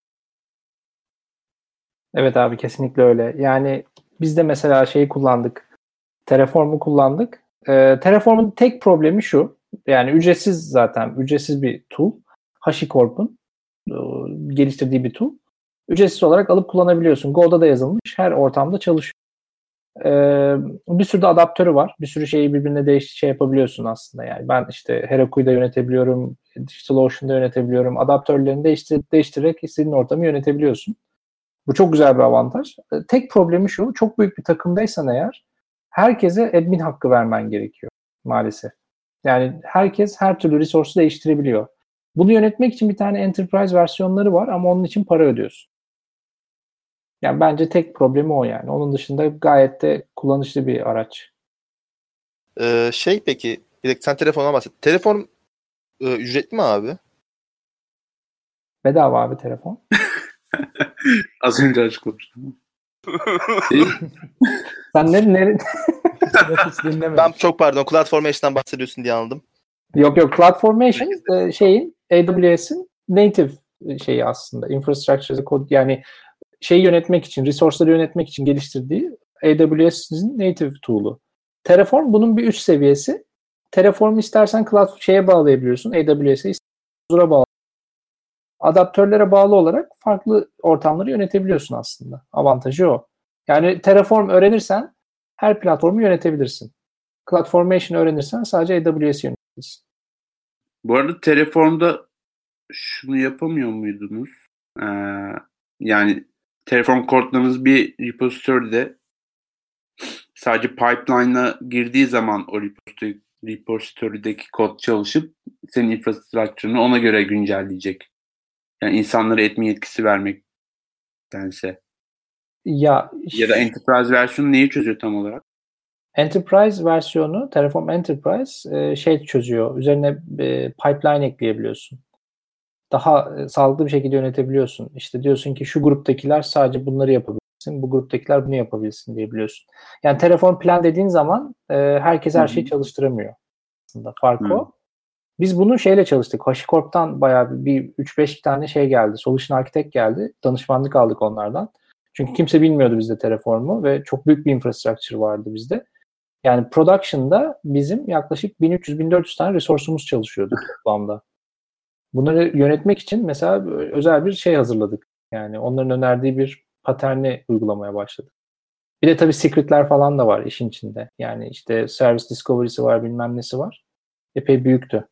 A: Evet abi kesinlikle öyle. Yani biz de mesela şeyi kullandık. Terraform'u kullandık. Ee, Terraform'un tek problemi şu. Yani ücretsiz zaten. Ücretsiz bir tool. HashiCorp'un e, geliştirdiği bir tool. Ücretsiz olarak alıp kullanabiliyorsun. Go'da da yazılmış. Her ortamda çalışıyor. Ee, bir sürü de adaptörü var. Bir sürü şeyi birbirine değiş şey yapabiliyorsun aslında. Yani ben işte Heroku'yu da yönetebiliyorum. DigitalOcean'da yönetebiliyorum. Adaptörlerini değiştir değiştirerek istediğin ortamı yönetebiliyorsun. Bu çok güzel bir avantaj. Tek problemi şu, çok büyük bir takımdaysan eğer herkese admin hakkı vermen gerekiyor maalesef. Yani herkes her türlü resource'u değiştirebiliyor. Bunu yönetmek için bir tane enterprise versiyonları var ama onun için para ödüyorsun. Yani bence tek problemi o yani. Onun dışında gayet de kullanışlı bir araç.
D: Ee, şey peki, bir dakika sen telefondan bahset. Telefon e, ücretli mi abi?
A: Bedava abi telefon.
C: Az önce açıklamıştım.
A: Sen ne? ne?
B: Hiç dinlemedim.
D: Ben çok pardon, CloudFormation'dan bahsediyorsun diye anladım.
A: Yok yok, CloudFormation e, şeyin A W S'in native şeyi aslında. Infrastructure as a code yani şeyi yönetmek için, resource'ları yönetmek için geliştirdiği A W S'in native tool'u. Terraform bunun bir üst seviyesi. Terraform'u istersen cloud şeye bağlayabiliyorsun. A W S'e, istersen bağlı. Adaptörlere bağlı olarak farklı ortamları yönetebiliyorsun aslında. Avantajı o. Yani Terraform öğrenirsen her platformu yönetebilirsin. CloudFormation öğrenirsen sadece A W S'i yönetirsin.
C: Bu arada Terraform'da şunu yapamıyor muydunuz? Ee, yani Terraform kodlarınız bir repository'de sadece pipeline'a girdiği zaman o repository, repository'deki kod çalışıp senin infrastructure'ını ona göre güncelleyecek. Yani insanlara etme yetkisi vermektense.
A: Ya,
C: ya da Enterprise versiyonu neyi çözüyor tam olarak?
A: Enterprise versiyonu, Terraform Enterprise e, şey çözüyor. Üzerine e, pipeline ekleyebiliyorsun. Daha e, sağlıklı bir şekilde yönetebiliyorsun. İşte diyorsun ki şu gruptakiler sadece bunları yapabilsin, bu gruptakiler bunu yapabilsin diyebiliyorsun. Yani Terraform plan dediğin zaman e, herkes her şeyi çalıştıramıyor. Aslında fark
C: Hı.
A: o. Biz bunu şeyle çalıştık. HashiCorp'tan bayağı bir üç beş tane şey geldi. Solution Architect geldi. Danışmanlık aldık onlardan. Çünkü kimse bilmiyordu bizde Terraform'u ve çok büyük bir infrastructure vardı bizde. Yani production'da bizim yaklaşık bin üç yüz bin dört yüz tane resource'umuz çalışıyordu toplamda. Bunları yönetmek için mesela özel bir şey hazırladık. Yani onların önerdiği bir paterni uygulamaya başladık. Bir de tabii secret'ler falan da var işin içinde. Yani işte service discovery'si var, bilmem nesi var. Epey büyüktü.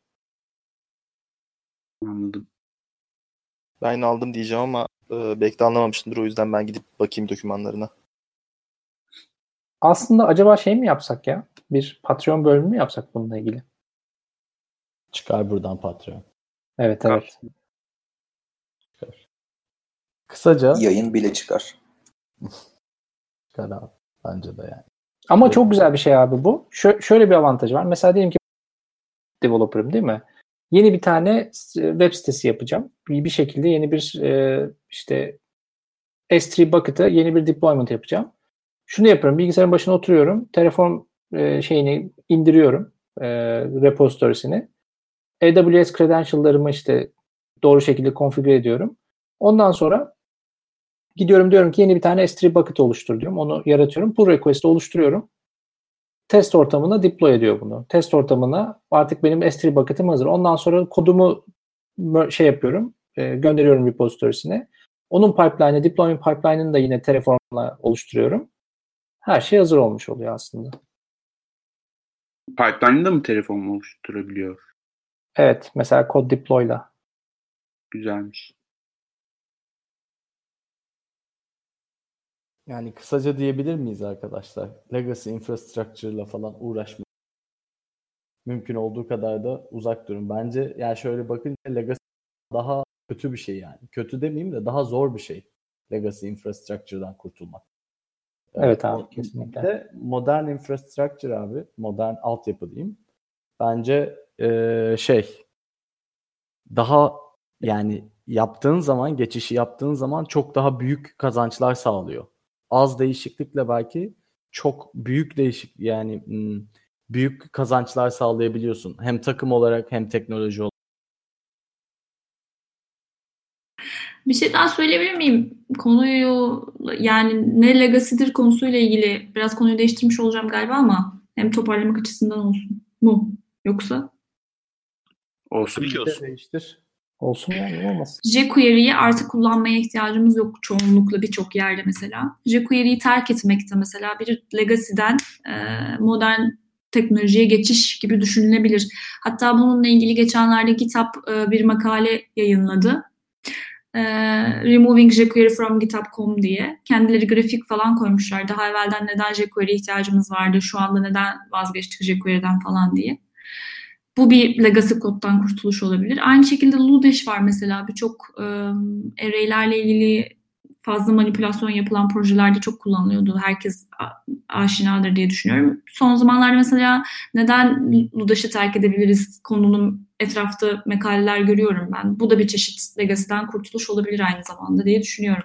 C: Anladım.
D: Ben aldım diyeceğim ama e, belki de anlamamışımdır. O yüzden ben gidip bakayım dokümanlarına.
A: Aslında acaba şey mi yapsak ya? Bir Patreon bölümü mü yapsak bununla ilgili?
B: Çıkar buradan Patreon.
A: Evet, evet.
B: Çıkar. Kısaca
G: Yayın bile çıkar.
B: çıkar abi. Bence de yani.
A: Ama
B: Evet.
A: çok güzel bir şey abi bu. Şö- şöyle bir avantajı var. Mesela diyelim ki developer'ım değil mi? Yeni bir tane web sitesi yapacağım. Bir, bir şekilde yeni bir e, işte S üç bucket'a yeni bir deployment yapacağım. Şunu yapıyorum. Bilgisayarın başına oturuyorum. Terraform e, şeyini indiriyorum. E, repository'sini. A W S credential'larımı işte doğru şekilde konfigüre ediyorum. Ondan sonra gidiyorum diyorum ki yeni bir tane S üç bucket oluştur diyorum. Onu yaratıyorum. Pull request'i oluşturuyorum. Test ortamına deploy ediyor bunu. Test ortamına artık benim S üç bucket'im hazır. Ondan sonra kodumu şey yapıyorum. E, gönderiyorum repository'sine. Onun pipeline'ı, deployment pipeline'ını da yine Terraform'la oluşturuyorum. Her şey hazır olmuş oluyor aslında.
C: Pipeline'ı da mı Terraform oluşturabiliyor?
A: Evet. Mesela kod deploy'la.
C: Güzelmiş.
B: Yani kısaca diyebilir miyiz arkadaşlar? Legacy infrastructure'la falan uğraşmayın. Mümkün olduğu kadar da uzak durun. Bence yani şöyle bakınca legacy daha kötü bir şey yani. Kötü demeyeyim de daha zor bir şey. Legacy infrastructure'dan kurtulmak.
A: Evet abi,
B: o,
A: kesinlikle.
B: Bir de modern infrastructure abi, modern altyapı diyeyim. Bence e, şey daha yani yaptığın zaman, geçişi yaptığın zaman çok daha büyük kazançlar sağlıyor. Az değişiklikle belki çok büyük değişik yani büyük kazançlar sağlayabiliyorsun. Hem takım olarak hem teknoloji olarak.
F: Bir şey daha söyleyebilir miyim? Konuyu yani ne legacy'dir konusuyla ilgili biraz konuyu değiştirmiş olacağım galiba ama hem toparlamak açısından olsun mu? Yoksa?
C: Olsun.
D: Tabii ki olsun.
B: Değiştir.
A: Olsun ya, niye olmasın?
F: jQuery'yi artık kullanmaya ihtiyacımız yok çoğunlukla birçok yerde mesela. jQuery'yi terk etmekte mesela bir legacy'den e, modern teknolojiye geçiş gibi düşünülebilir. Hatta bununla ilgili geçenlerde GitHub e, bir makale yayınladı. E, Removing jQuery from GitHub nokta com diye. Kendileri grafik falan koymuşlar. Daha evvelden neden jQuery'ye ihtiyacımız vardı, şu anda neden vazgeçtik jQuery'den falan diye. Bu bir legacy koddan kurtuluş olabilir. Aynı şekilde Ludesh var mesela. Birçok e, array'lerle ilgili fazla manipülasyon yapılan projelerde çok kullanılıyordu. Herkes aşinadır diye düşünüyorum. Son zamanlarda mesela neden Ludesh'i terk edebiliriz konunun etrafta makaleler görüyorum ben. Bu da bir çeşit legacy'den kurtuluş olabilir aynı zamanda diye düşünüyorum.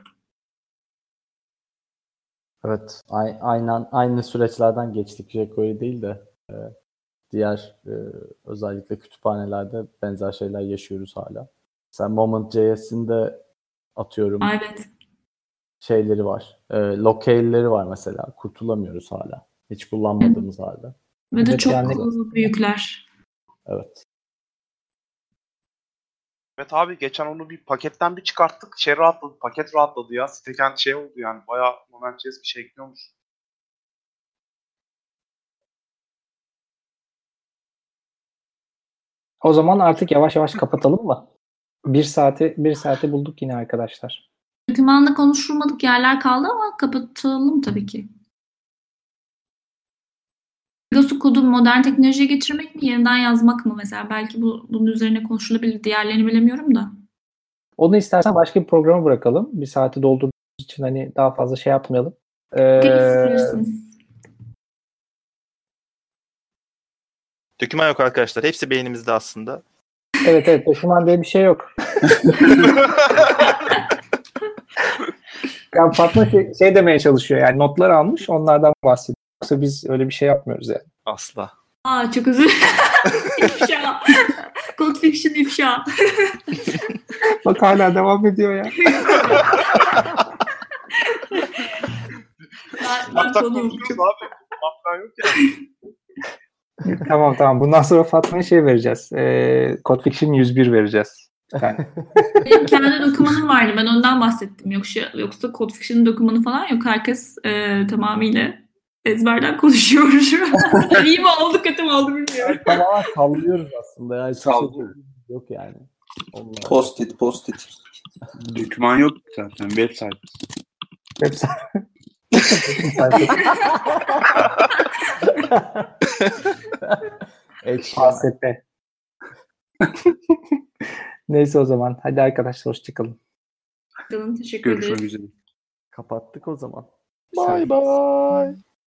B: Evet, aynen aynı süreçlerden geçtik. jQuery değil de e, diğer e, özellikle kütüphanelerde benzer şeyler yaşıyoruz hala. Mesela Moment.js'in de atıyorum
F: Evet.
B: şeyleri var. E, locale'leri var mesela. Kurtulamıyoruz hala. Hiç kullanmadığımız halde.
F: Ve de
A: Evet,
F: çok
A: yani...
F: büyükler.
B: Evet.
E: Evet abi geçen onu bir paketten bir çıkarttık. Şey rahatladı. Paket rahatladı ya. Siteken şey oldu yani. Bayağı Moment.js bir şey ekliyormuş.
A: O zaman artık yavaş yavaş kapatalım mı? Bir saati bir saati bulduk yine arkadaşlar.
F: Dokümanda konuşulmadık yerler kaldı ama kapatalım tabii ki. Pegasus kodu modern teknolojiye getirmek mi, yeniden yazmak mı mesela? Belki bu bunun üzerine konuşulabilir. Diğerlerini bilemiyorum da.
A: Onu istersen başka bir programa bırakalım. Bir saati doldurduğumuz için hani daha fazla şey yapmayalım. Ee,
D: Döküman yok arkadaşlar. Hepsi beynimizde aslında.
A: evet evet. Döküman diye bir şey yok. Yani Fatma şey, şey demeye çalışıyor. Yani notlar almış. Onlardan bahsediyor. Yoksa biz öyle bir şey yapmıyoruz yani.
D: Asla.
F: Aa çok özür ifşa. Code Fiction ifşa.
A: Bak hala devam ediyor ya.
F: ben, ben
E: Hatta
F: konuğum.
E: konuşuyoruz abi. Hatta yok ya.
A: Tamam tamam. Bundan sonra Fatma'ya şey vereceğiz. Ee, Code Fiction yüz bir vereceğiz. Yani.
F: Benim kendi dokümanım vardı. Ben ondan bahsettim. Yoksa, yoksa Code Fiction'ın dokümanı falan yok. Herkes e, tamamıyla ezberden konuşuyor. İyi mi oldu kötü mü oldu bilmiyorum.
B: Tamamen sallıyoruz aslında. Yani
C: Sallıyoruz.
B: yok yani. Allah.
G: Post-it, post-it.
C: Doküman yok zaten. Web sayfası.
A: Web sayfası.
B: Evet.
A: A S P. Neyse o zaman. Hadi arkadaşlar hoşçakalın.
F: Teşekkür ederiz.
C: Görüşmek üzere.
B: Kapattık o zaman.
D: Bye bye.